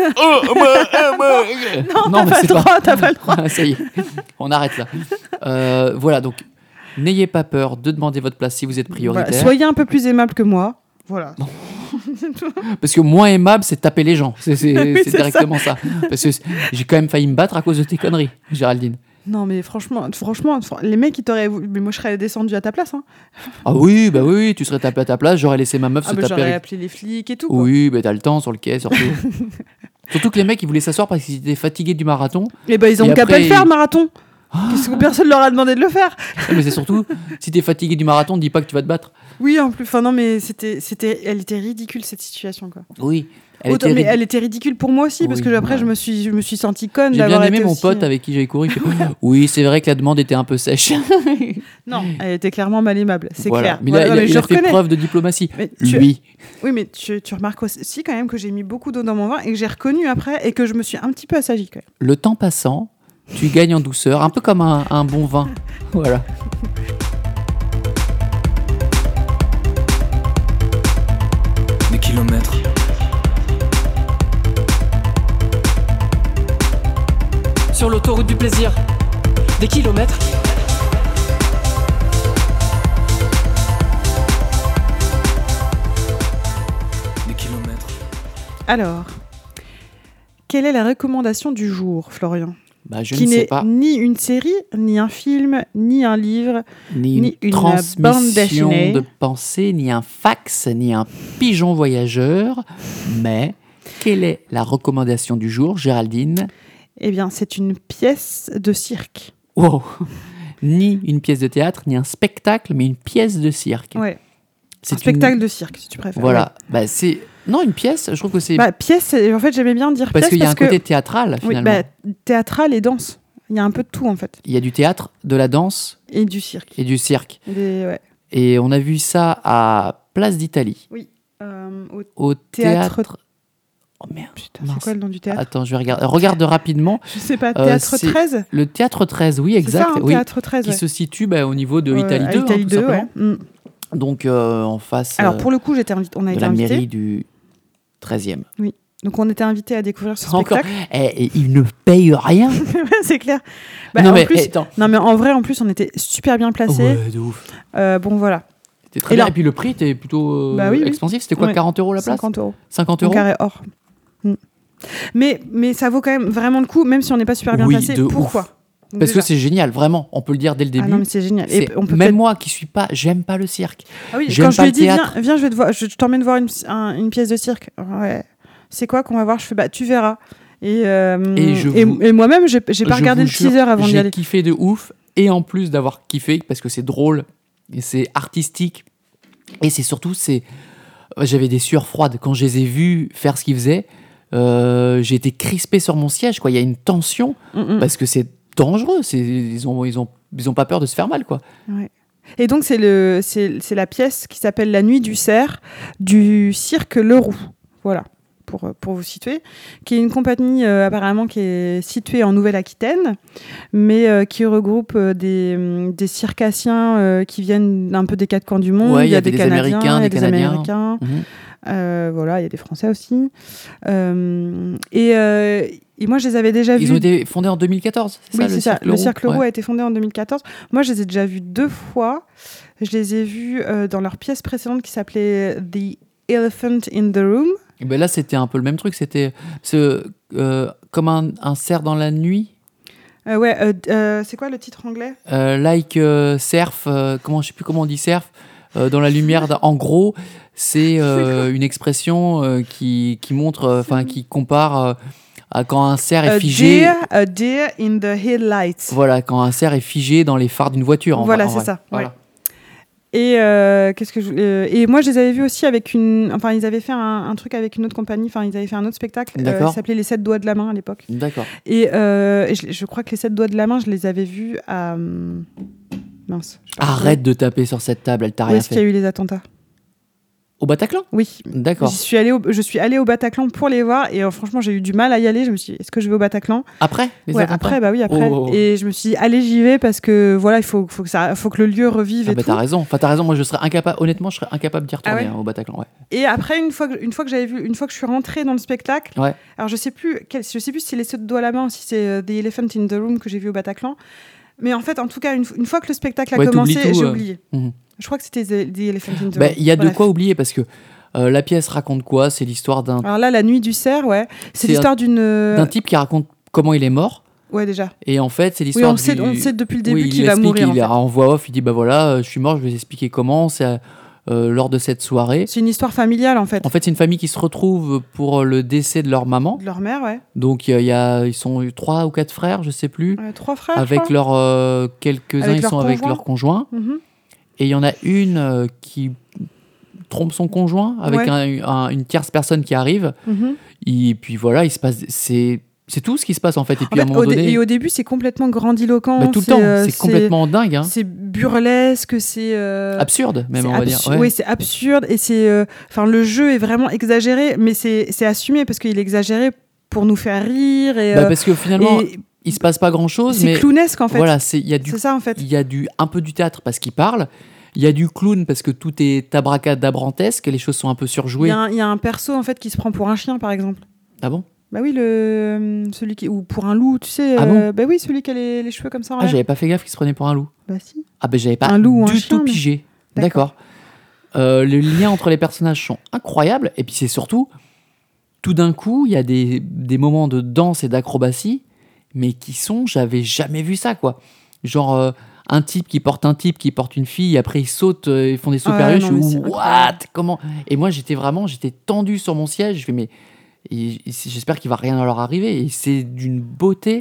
Speaker 1: t'as pas le droit.
Speaker 2: Ça y est, on arrête là. Voilà, donc n'ayez pas peur de demander votre place si vous êtes prioritaire.
Speaker 1: Voilà, soyez un peu plus aimable que moi. Voilà.
Speaker 2: Parce que moins aimable, c'est taper les gens. C'est directement ça. Parce que j'ai quand même failli me battre à cause de tes conneries, Géraldine.
Speaker 1: Non, mais franchement, les mecs, ils t'auraient... Mais moi, je serais descendu à ta place. Hein.
Speaker 2: Ah oui, bah oui, tu serais tapé à ta place. J'aurais laissé ma meuf se taper.
Speaker 1: J'aurais appelé les flics et tout. Quoi.
Speaker 2: Oui, bah t'as le temps sur le quai, surtout. Surtout que les mecs, ils voulaient s'asseoir parce qu'ils étaient fatigués du marathon.
Speaker 1: Et bah, ils ont qu'à pas le faire, le marathon. Parce que personne leur a demandé de le faire.
Speaker 2: Mais c'est surtout, si t'es fatigué du marathon, dis pas que tu vas te battre.
Speaker 1: Oui, en plus. Enfin, non, mais elle était ridicule, cette situation, quoi.
Speaker 2: Oui.
Speaker 1: Elle était ridicule pour moi aussi, parce que après, je me suis sentie conne d'avoir été.
Speaker 2: J'ai bien aimé mon pote avec qui j'avais couru. Oui, c'est vrai que la demande était un peu sèche.
Speaker 1: Non, elle était clairement mal aimable, c'est clair.
Speaker 2: Mais il a fait preuve de diplomatie. Lui.
Speaker 1: Oui, mais tu remarques aussi quand même que j'ai mis beaucoup d'eau dans mon vin et que j'ai reconnu après et que je me suis un petit peu assagie, quand même.
Speaker 2: Le temps passant, tu gagnes en douceur, un peu comme un bon vin. Voilà.
Speaker 3: Des kilomètres.
Speaker 4: Sur l'autoroute du plaisir, des kilomètres.
Speaker 3: Des kilomètres.
Speaker 1: Alors, quelle est la recommandation du jour, Florian ?
Speaker 2: Je ne sais pas.
Speaker 1: Ni une série, ni un film, ni un livre,
Speaker 2: ni une
Speaker 1: bande dessinée
Speaker 2: de pensée, ni un fax, ni un pigeon voyageur. Mais quelle est la recommandation du jour, Géraldine ?
Speaker 1: Eh bien, c'est une pièce de cirque.
Speaker 2: Wow. Ni une pièce de théâtre, ni un spectacle, mais une pièce de cirque.
Speaker 1: Ouais. C'est un spectacle de cirque, si tu préfères.
Speaker 2: Voilà. Ouais. C'est... Non, une pièce, je trouve que c'est...
Speaker 1: pièce, en fait, j'aimais bien dire
Speaker 2: parce
Speaker 1: pièce.
Speaker 2: Qu'il y a un côté théâtral, finalement.
Speaker 1: Oui, théâtral et danse. Il y a un peu de tout, en fait.
Speaker 2: Il y a du théâtre, de la danse...
Speaker 1: Et du cirque.
Speaker 2: Ouais. Et on a vu ça à Place d'Italie.
Speaker 1: Oui.
Speaker 2: Au théâtre...
Speaker 1: Oh merde, putain, c'est quoi le nom du théâtre ?
Speaker 2: Attends, je vais regarder. Regarde rapidement.
Speaker 1: Je sais pas, Théâtre 13 ?
Speaker 2: Le Théâtre 13, oui, exact.
Speaker 1: C'est ça,
Speaker 2: oui,
Speaker 1: Théâtre 13,
Speaker 2: qui se situe au niveau de Italie 2.
Speaker 1: Italie 2, ouais.
Speaker 2: Donc, en face
Speaker 1: alors, pour le coup, on a été invité.
Speaker 2: De la mairie du 13e.
Speaker 1: Oui. Donc, on était invités à découvrir ce spectacle.
Speaker 2: Et ils ne payent rien.
Speaker 1: C'est clair.
Speaker 2: Non,
Speaker 1: mais en vrai, en plus, on était super bien placés.
Speaker 2: Ouais, de ouf.
Speaker 1: Bon, voilà.
Speaker 2: C'était très bien. Et puis, le prix était plutôt expansif. C'était quoi, 40 € la place ?
Speaker 1: 50 €.
Speaker 2: 50 €.
Speaker 1: Carré or. Mais ça vaut quand même vraiment le coup, même si on n'est pas super bien placé. Pourquoi ? Donc
Speaker 2: parce que c'est génial, vraiment, on peut le dire dès le début.
Speaker 1: Ah non, mais c'est génial.
Speaker 2: Et on peut même moi qui suis pas, j'aime pas le cirque.
Speaker 1: Ah oui, quand je lui ai dit, viens, je t'emmène voir une pièce de cirque. Ouais. C'est quoi qu'on va voir ? Je fais, tu verras. Et moi-même, j'ai pas regardé le teaser avant d'y aller.
Speaker 2: J'ai kiffé de ouf, et en plus d'avoir kiffé, parce que c'est drôle, et c'est artistique, et c'est surtout, j'avais des sueurs froides. Quand je les ai vus faire ce qu'ils faisaient, j'ai été crispé sur mon siège, quoi. Il y a une tension, parce que c'est dangereux. Ils ont pas peur de se faire mal, quoi.
Speaker 1: Ouais. Et donc, c'est la pièce qui s'appelle La Nuit du cerf du cirque Leroux. Voilà. Pour vous situer, qui est une compagnie apparemment qui est située en Nouvelle-Aquitaine, mais qui regroupe des circassiens qui viennent un peu des quatre coins du monde.
Speaker 2: Ouais,
Speaker 1: il y a des Canadiens,
Speaker 2: Américains,
Speaker 1: il y a des Américains. Voilà, il y a des Français aussi. Et moi, je les avais déjà vus.
Speaker 2: Ils ont été fondés en 2014, c'est ça ?
Speaker 1: Oui, c'est ça. Le Cirque Leroux a été fondé en 2014. Moi, je les ai déjà vus 2 fois. Je les ai vus dans leur pièce précédente qui s'appelait The Elephant in the Room.
Speaker 2: Et ben là, c'était un peu le même truc. C'était comme un cerf dans la nuit.
Speaker 1: C'est quoi le titre anglais?
Speaker 2: Like surf, je sais plus comment on dit surf, dans la lumière. En gros, c'est une expression qui montre, qui compare à quand un cerf est figé.
Speaker 1: A deer in the headlights.
Speaker 2: Voilà, quand un cerf est figé dans les phares d'une voiture.
Speaker 1: Voilà, c'est ça. Voilà. Ouais. Et et moi, je les avais vus aussi avec ils avaient fait un truc avec une autre compagnie. Ils avaient fait un autre spectacle qui s'appelait Les 7 doigts de la main à l'époque.
Speaker 2: D'accord.
Speaker 1: Et je crois que Les 7 doigts de la main, je les avais vus à mince.
Speaker 2: Arrête de taper sur cette table, elle t'a rien fait.
Speaker 1: Où est-ce qu'il y a eu les attentats? Au
Speaker 2: Bataclan?
Speaker 1: Oui.
Speaker 2: D'accord.
Speaker 1: Je suis allée au Bataclan pour les voir et franchement, j'ai eu du mal à y aller. Je me suis dit, est-ce que je vais au Bataclan?
Speaker 2: Après les attentats?
Speaker 1: Après, bah oui, après. Oh. Et je me suis dit, allez, j'y vais parce que voilà, il faut que le lieu revive et tout.
Speaker 2: T'as raison. T'as raison. Moi, honnêtement, je serais incapable d'y retourner au Bataclan. Ouais.
Speaker 1: Et après, une fois que je suis rentrée dans le spectacle, alors je sais plus si c'est les 7 doigts à la main ou si c'est The Elephant in the Room que j'ai vu au Bataclan. Mais en fait, en tout cas, une fois que le spectacle a commencé, j'ai oublié. Je crois que c'était The Elephant in the Room.
Speaker 2: Il y a de quoi oublier parce que la pièce raconte quoi? C'est l'histoire d'un...
Speaker 1: Alors là, La Nuit du cerf, c'est l'histoire d'un
Speaker 2: type qui raconte comment il est mort.
Speaker 1: Ouais, déjà.
Speaker 2: Et en fait, c'est l'histoire
Speaker 1: on sait depuis le début qu'il va mourir.
Speaker 2: En voix off, il dit, je suis mort, je vais vous expliquer comment. C'est lors de cette soirée.
Speaker 1: C'est une histoire familiale, en fait.
Speaker 2: En fait, c'est une famille qui se retrouve pour le décès de leur maman.
Speaker 1: De leur mère, ouais.
Speaker 2: Donc, ils sont 3 ou 4 frères, je sais plus.
Speaker 1: 3 frères,
Speaker 2: avec quelques-uns, ils sont avec leur conjoint.
Speaker 1: Mm-hmm.
Speaker 2: Et il y en a une qui trompe son conjoint avec une tierce personne qui arrive.
Speaker 1: Mm-hmm.
Speaker 2: Et puis voilà, il se passe... C'est tout ce qui se passe en fait. Et puis à un moment donné...
Speaker 1: Et au début, c'est complètement grandiloquent.
Speaker 2: Tout le temps, c'est complètement dingue. Hein.
Speaker 1: C'est burlesque, c'est...
Speaker 2: absurde, même, on va dire. Ouais.
Speaker 1: Oui, c'est absurde. Et le jeu est vraiment exagéré, mais c'est assumé parce qu'il est exagéré pour nous faire rire. Et,
Speaker 2: parce que finalement... il se passe pas grand chose,
Speaker 1: c'est clownesque en fait.
Speaker 2: Voilà, c'est ça en fait. Il y a un peu du théâtre parce qu'il parle. Il y a du clown parce que tout est abracadabrantesque, les choses sont un peu surjouées.
Speaker 1: Il y a un perso en fait qui se prend pour un chien par exemple.
Speaker 2: Ah bon?
Speaker 1: Bah oui, celui qui ou pour un loup, tu sais.
Speaker 2: Ah bon?
Speaker 1: Bah oui, celui qui a les cheveux comme ça.
Speaker 2: Ah, j'avais pas fait gaffe qu'il se prenait pour un loup.
Speaker 1: Bah si.
Speaker 2: Ah j'avais pas
Speaker 1: un loup ou
Speaker 2: du
Speaker 1: un chien,
Speaker 2: tout pigé. D'accord. Le lien entre les personnages sont incroyables et puis c'est surtout tout d'un coup il y a des moments de danse et d'acrobatie. Mais j'avais jamais vu ça, quoi. Genre, un type qui porte une fille, et après ils sautent, ils font des sauts périlleux. Je suis what? Comment? Et moi, j'étais tendu sur mon siège. Je fais, mais j'espère qu'il va rien leur arriver. Et c'est d'une beauté.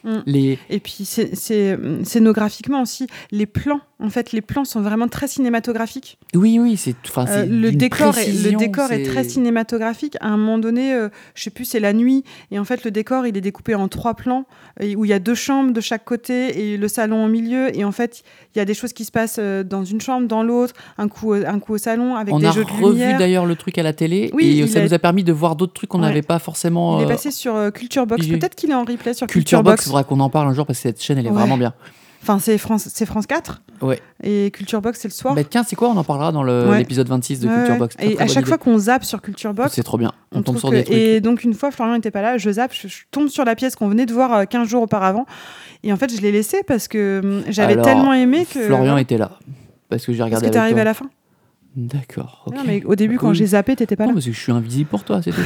Speaker 1: Et puis, scénographiquement aussi, les plans sont vraiment très cinématographiques.
Speaker 2: Oui, c'est
Speaker 1: le décor est très cinématographique. À un moment donné, je sais plus, c'est la nuit, et en fait, le décor, il est découpé en 3 plans, où il y a 2 chambres de chaque côté, et le salon au milieu, et en fait, il y a des choses qui se passent dans une chambre, dans l'autre, un coup au salon, avec des jeux de lumière. On a revu
Speaker 2: d'ailleurs le truc à la télé, et ça nous a permis de voir d'autres trucs qu'on n'avait pas forcément...
Speaker 1: Il est passé sur Culture Box, peut-être qu'il est en replay sur Culture Box.
Speaker 2: Il faudra qu'on en parle un jour parce que cette chaîne elle est vraiment bien.
Speaker 1: Enfin, c'est France 4.
Speaker 2: Ouais.
Speaker 1: Et Culture Box, c'est le soir.
Speaker 2: Tiens, c'est quoi? On en parlera dans l'épisode 26 de Culture Box.
Speaker 1: Et à chaque fois qu'on zappe sur Culture Box,
Speaker 2: c'est trop bien. On tombe sur des trucs.
Speaker 1: Et donc, une fois, Florian n'était pas là, je zappe, je tombe sur la pièce qu'on venait de voir 15 jours auparavant. Et en fait, je l'ai laissé parce que j'avais tellement aimé que...
Speaker 2: Florian était là. Parce que j'ai regardé.
Speaker 1: Parce que t'es arrivé à la fin.
Speaker 2: D'accord. Okay.
Speaker 1: Non, mais au début, quand j'ai zappé, t'étais pas là.
Speaker 2: Non, parce que je suis invisible pour toi, c'est tout.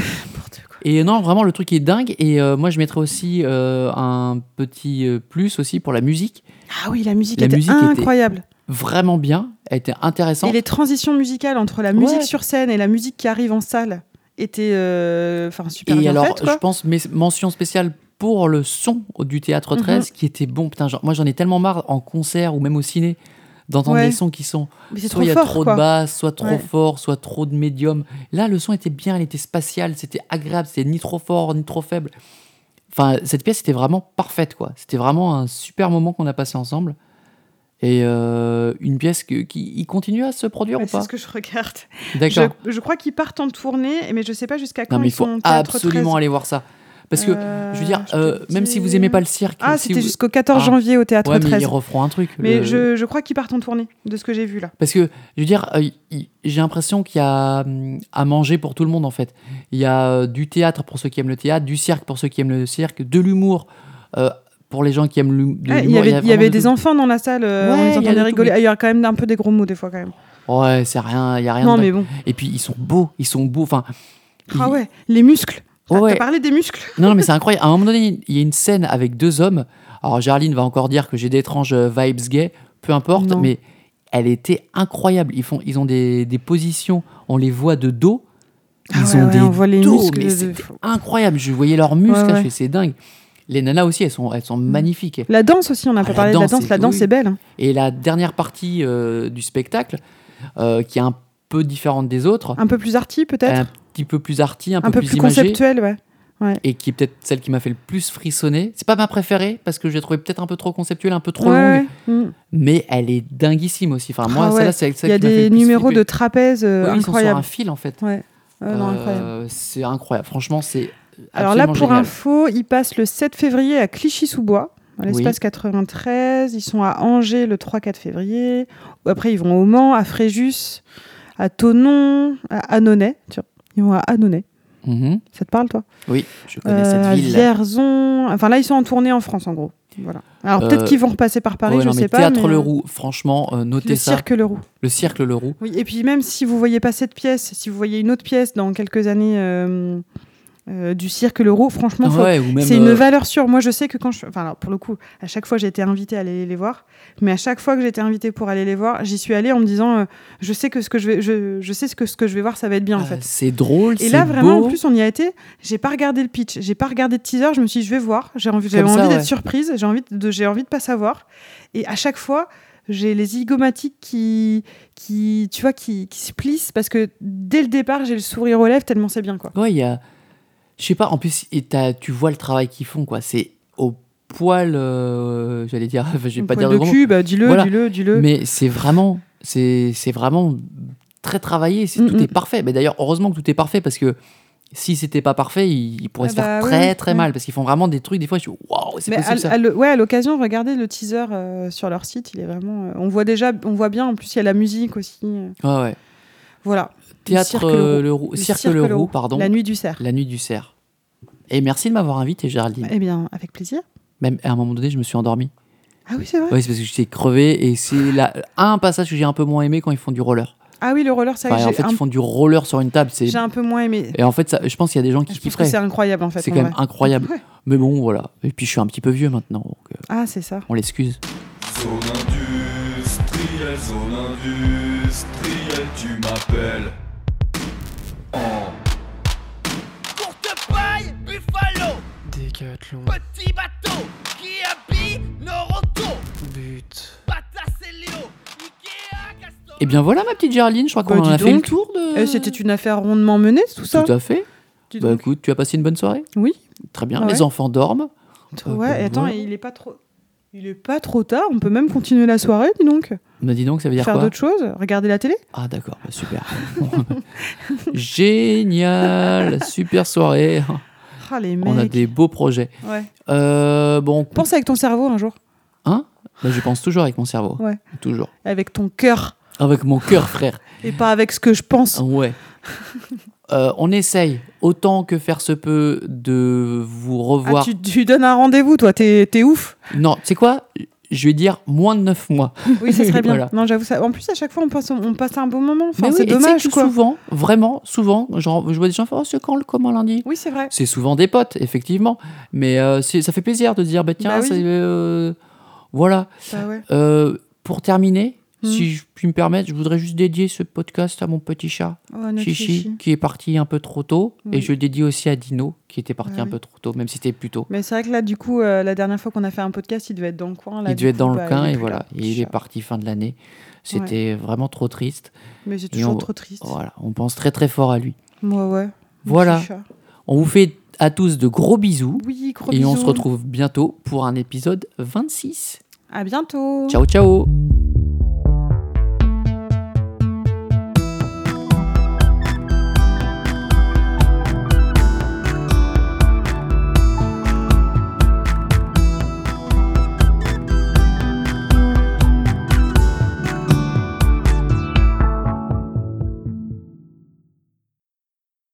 Speaker 2: Et non, vraiment, le truc est dingue. Et moi, je mettrais aussi un petit plus aussi pour la musique.
Speaker 1: Ah oui, la musique était incroyable.
Speaker 2: Vraiment bien, elle était intéressante.
Speaker 1: Et les transitions musicales entre la musique sur scène et la musique qui arrive en salle étaient super bien faites. Et alors,
Speaker 2: je pense, mention spéciale pour le son du Théâtre 13 qui était bon. Putain, moi, j'en ai tellement marre en concert ou même au ciné d'entendre des sons qui sont soit il y a trop de basse, soit trop fort, soit trop de médium. Là, le son était bien, il était spatial, c'était agréable, c'était ni trop fort, ni trop faible. Enfin, cette pièce était vraiment parfaite, quoi. C'était vraiment un super moment qu'on a passé ensemble. Et une pièce qui continue à se produire ou pas?
Speaker 1: C'est ce que je regarde.
Speaker 2: D'accord.
Speaker 1: Je crois qu'ils partent en tournée, mais je sais pas jusqu'à quand.
Speaker 2: Non, mais il faut absolument aller voir ça. Parce que, je veux dire, même si vous aimez pas le cirque...
Speaker 1: Ah, c'était jusqu'au 14 janvier au Théâtre 13.
Speaker 2: Mais ils referont un truc.
Speaker 1: Mais je crois qu'ils partent en tournée, de ce que j'ai vu là.
Speaker 2: Parce que, je veux dire, j'ai l'impression qu'il y a à manger pour tout le monde, en fait. Il y a du théâtre pour ceux qui aiment le théâtre, du cirque pour ceux qui aiment le cirque, de l'humour pour les gens qui aiment l'humour.
Speaker 1: Il y avait des enfants dans la salle, on les entendait rigoler. Il y a quand même un peu des gros mots, des fois, quand même.
Speaker 2: Ouais, c'est rien, il y a rien.
Speaker 1: Non, mais bon.
Speaker 2: Et puis, ils sont beaux. Enfin...
Speaker 1: Ah ouais, les muscles.
Speaker 2: Ouais.
Speaker 1: T'as parlé des muscles.
Speaker 2: Non, mais c'est incroyable. À un moment donné, il y a une scène avec 2 hommes. Alors, Géraldine va encore dire que j'ai d'étranges vibes gays. Peu importe,
Speaker 1: Non.
Speaker 2: mais elle était incroyable. Ils ont des positions, on les voit de dos.
Speaker 1: On voit les muscles.
Speaker 2: Mais c'était incroyable. Je voyais leurs muscles, je fais, c'est dingue. Les nanas aussi, elles sont magnifiques.
Speaker 1: La danse aussi, on n'a pas parlé de la danse. La danse est belle. Hein.
Speaker 2: Et la dernière partie du spectacle, qui est un peu différente des autres.
Speaker 1: Un peu plus arty, peut-être.
Speaker 2: Un petit peu plus arty, un peu plus imagée.
Speaker 1: Conceptuelle, ouais.
Speaker 2: Et qui est peut-être celle qui m'a fait le plus frissonner. C'est pas ma préférée, parce que je l'ai trouvée peut-être un peu trop conceptuelle, un peu trop longue. Mais elle est dinguissime aussi. Enfin, moi, celle-là, c'est celle qui m'a fait le plus
Speaker 1: Il y a des numéros de trapèze incroyables.
Speaker 2: Ils sont sur un fil, en fait.
Speaker 1: Ouais. Non, incroyable.
Speaker 2: C'est incroyable. Franchement, c'est
Speaker 1: alors là, pour
Speaker 2: génial.
Speaker 1: info, ils passent le 7 février à Clichy-sous-Bois, à l'espace 93. Ils sont à Angers le 3-4 février. Après, ils vont au Mans, à Fréjus, à Thonon, à Annonay. Tiens, ils vont à Annonay. Ça te parle, toi?
Speaker 2: Oui, je connais cette ville.
Speaker 1: À Vierzon. Enfin, là, ils sont en tournée en France, en gros. Voilà. Alors, peut-être qu'ils vont repasser par Paris, je sais pas.
Speaker 2: Théâtre Leroux, franchement, notez ça.
Speaker 1: Le Cirque Leroux.
Speaker 2: Le Cirque Leroux.
Speaker 1: Oui, et puis même si vous voyez pas cette pièce, si vous voyez une autre pièce dans quelques années du Cirque Leroux, franchement, c'est une valeur sûre. Moi, je sais que alors, pour le coup, à chaque fois, j'ai été invitée à aller les voir. Mais à chaque fois que j'ai été invitée pour aller les voir, j'y suis allée en me disant, je sais que ce que je vais voir, ça va être bien, en fait.
Speaker 2: C'est drôle,
Speaker 1: et là, vraiment, en plus, on y a été. J'ai pas regardé le pitch, j'ai pas regardé de teaser. Je me suis dit, je vais voir. J'ai envie d'être surprise. J'ai envie de pas savoir. Et à chaque fois, j'ai les zygomatiques qui se plissent parce que dès le départ, j'ai le sourire aux lèvres tellement c'est bien, quoi.
Speaker 2: Ouais, il y a... Je sais pas, en plus, tu vois le travail qu'ils font, quoi. C'est au poil, j'allais dire, je vais pas dire
Speaker 1: de cul, dis-le.
Speaker 2: Mais c'est vraiment très travaillé, tout est parfait. Mais d'ailleurs, heureusement que tout est parfait, parce que si c'était pas parfait, il pourrait se faire très mal, parce qu'ils font vraiment des trucs, des fois, je suis waouh, c'est possible ça.
Speaker 1: À l'occasion, regardez le teaser sur leur site, il est vraiment... on voit bien, en plus, il y a la musique aussi.
Speaker 2: Ouais.
Speaker 1: Voilà.
Speaker 2: Cirque Leroux, pardon.
Speaker 1: La nuit du cerf.
Speaker 2: La nuit du cerf. Et merci de m'avoir invité, Géraldine.
Speaker 1: Eh bien, avec plaisir.
Speaker 2: Même à un moment donné, je me suis endormi.
Speaker 1: Ah oui, c'est vrai.
Speaker 2: Oui, c'est parce que j'étais crevé, et c'est un passage que j'ai un peu moins aimé quand ils font du roller.
Speaker 1: Ah oui, le roller, ça.
Speaker 2: En fait, ils font du roller sur une table.
Speaker 1: J'ai un peu moins aimé.
Speaker 2: Et en fait, je pense qu'il y a des gens qui kifferaient.
Speaker 1: C'est incroyable, en fait.
Speaker 2: C'est quand même incroyable. Ouais. Mais bon, voilà. Et puis, je suis un petit peu vieux maintenant. Donc,
Speaker 1: c'est ça.
Speaker 2: On l'excuse.
Speaker 3: Zone industrielle, tu m'appelles.
Speaker 5: Courte paille, Buffalo.
Speaker 4: Décathlon.
Speaker 5: Petit bateau qui habille Noroto.
Speaker 4: But.
Speaker 5: Patacelio. Ikea, Castor.
Speaker 2: Et bien voilà, ma petite Géraldine, je crois qu'on en a fait le tour de...
Speaker 1: C'était une affaire rondement menée, tout ça.
Speaker 2: Tout à fait. Écoute, tu as passé une bonne soirée?
Speaker 1: Oui.
Speaker 2: Très bien, les enfants dorment.
Speaker 1: Ouais, attends, voilà. Il est pas trop tard, on peut même continuer la soirée, dis donc.
Speaker 2: Mais dis donc, ça veut dire quoi?
Speaker 1: Faire d'autres choses, regarder la télé.
Speaker 2: Ah d'accord, super. Génial, super soirée.
Speaker 1: Ah, les mecs.
Speaker 2: On a des beaux projets.
Speaker 1: Ouais.
Speaker 2: Pense
Speaker 1: avec ton cerveau un jour.
Speaker 2: Hein? Je pense toujours avec mon cerveau.
Speaker 1: Ouais.
Speaker 2: Toujours.
Speaker 1: Avec ton cœur.
Speaker 2: Avec mon cœur, frère.
Speaker 1: Et pas avec ce que je pense.
Speaker 2: Ouais. On essaye, autant que faire se peut, de vous revoir.
Speaker 1: Tu donnes un rendez-vous, toi, t'es ouf.
Speaker 2: Non, tu sais quoi? Je vais dire moins de 9 mois.
Speaker 1: Oui, ça serait bien.
Speaker 2: Voilà.
Speaker 1: Non, j'avoue ça. En plus, à chaque fois, on passe un bon moment. Enfin,
Speaker 2: mais
Speaker 1: c'est dommage, quoi.
Speaker 2: Souvent, vraiment, souvent, genre, je vois des gens faire, c'est quand comment lundi?
Speaker 1: Oui, c'est vrai.
Speaker 2: C'est souvent des potes, effectivement. Mais ça fait plaisir de dire, tiens, voilà. Pour terminer, si je puis me permettre, je voudrais juste dédier ce podcast à mon petit chat, Chichi, qui est parti un peu trop tôt. Et je le dédie aussi à Dino, qui était parti un peu trop tôt, même si c'était plus tôt.
Speaker 1: Mais c'est vrai que là, du coup, la dernière fois qu'on a fait un podcast, il devait être dans le coin. Là,
Speaker 2: il devait être dans le coin, et voilà. Et il est parti fin de l'année. C'était vraiment trop triste.
Speaker 1: Mais c'est toujours trop triste.
Speaker 2: Voilà, on pense très très fort à lui.
Speaker 1: Ouais.
Speaker 2: Voilà. On vous fait à tous de gros bisous.
Speaker 1: Oui, gros
Speaker 2: bisous.
Speaker 1: Et
Speaker 2: on se retrouve bientôt pour un épisode 26.
Speaker 1: À bientôt.
Speaker 2: Ciao, ciao.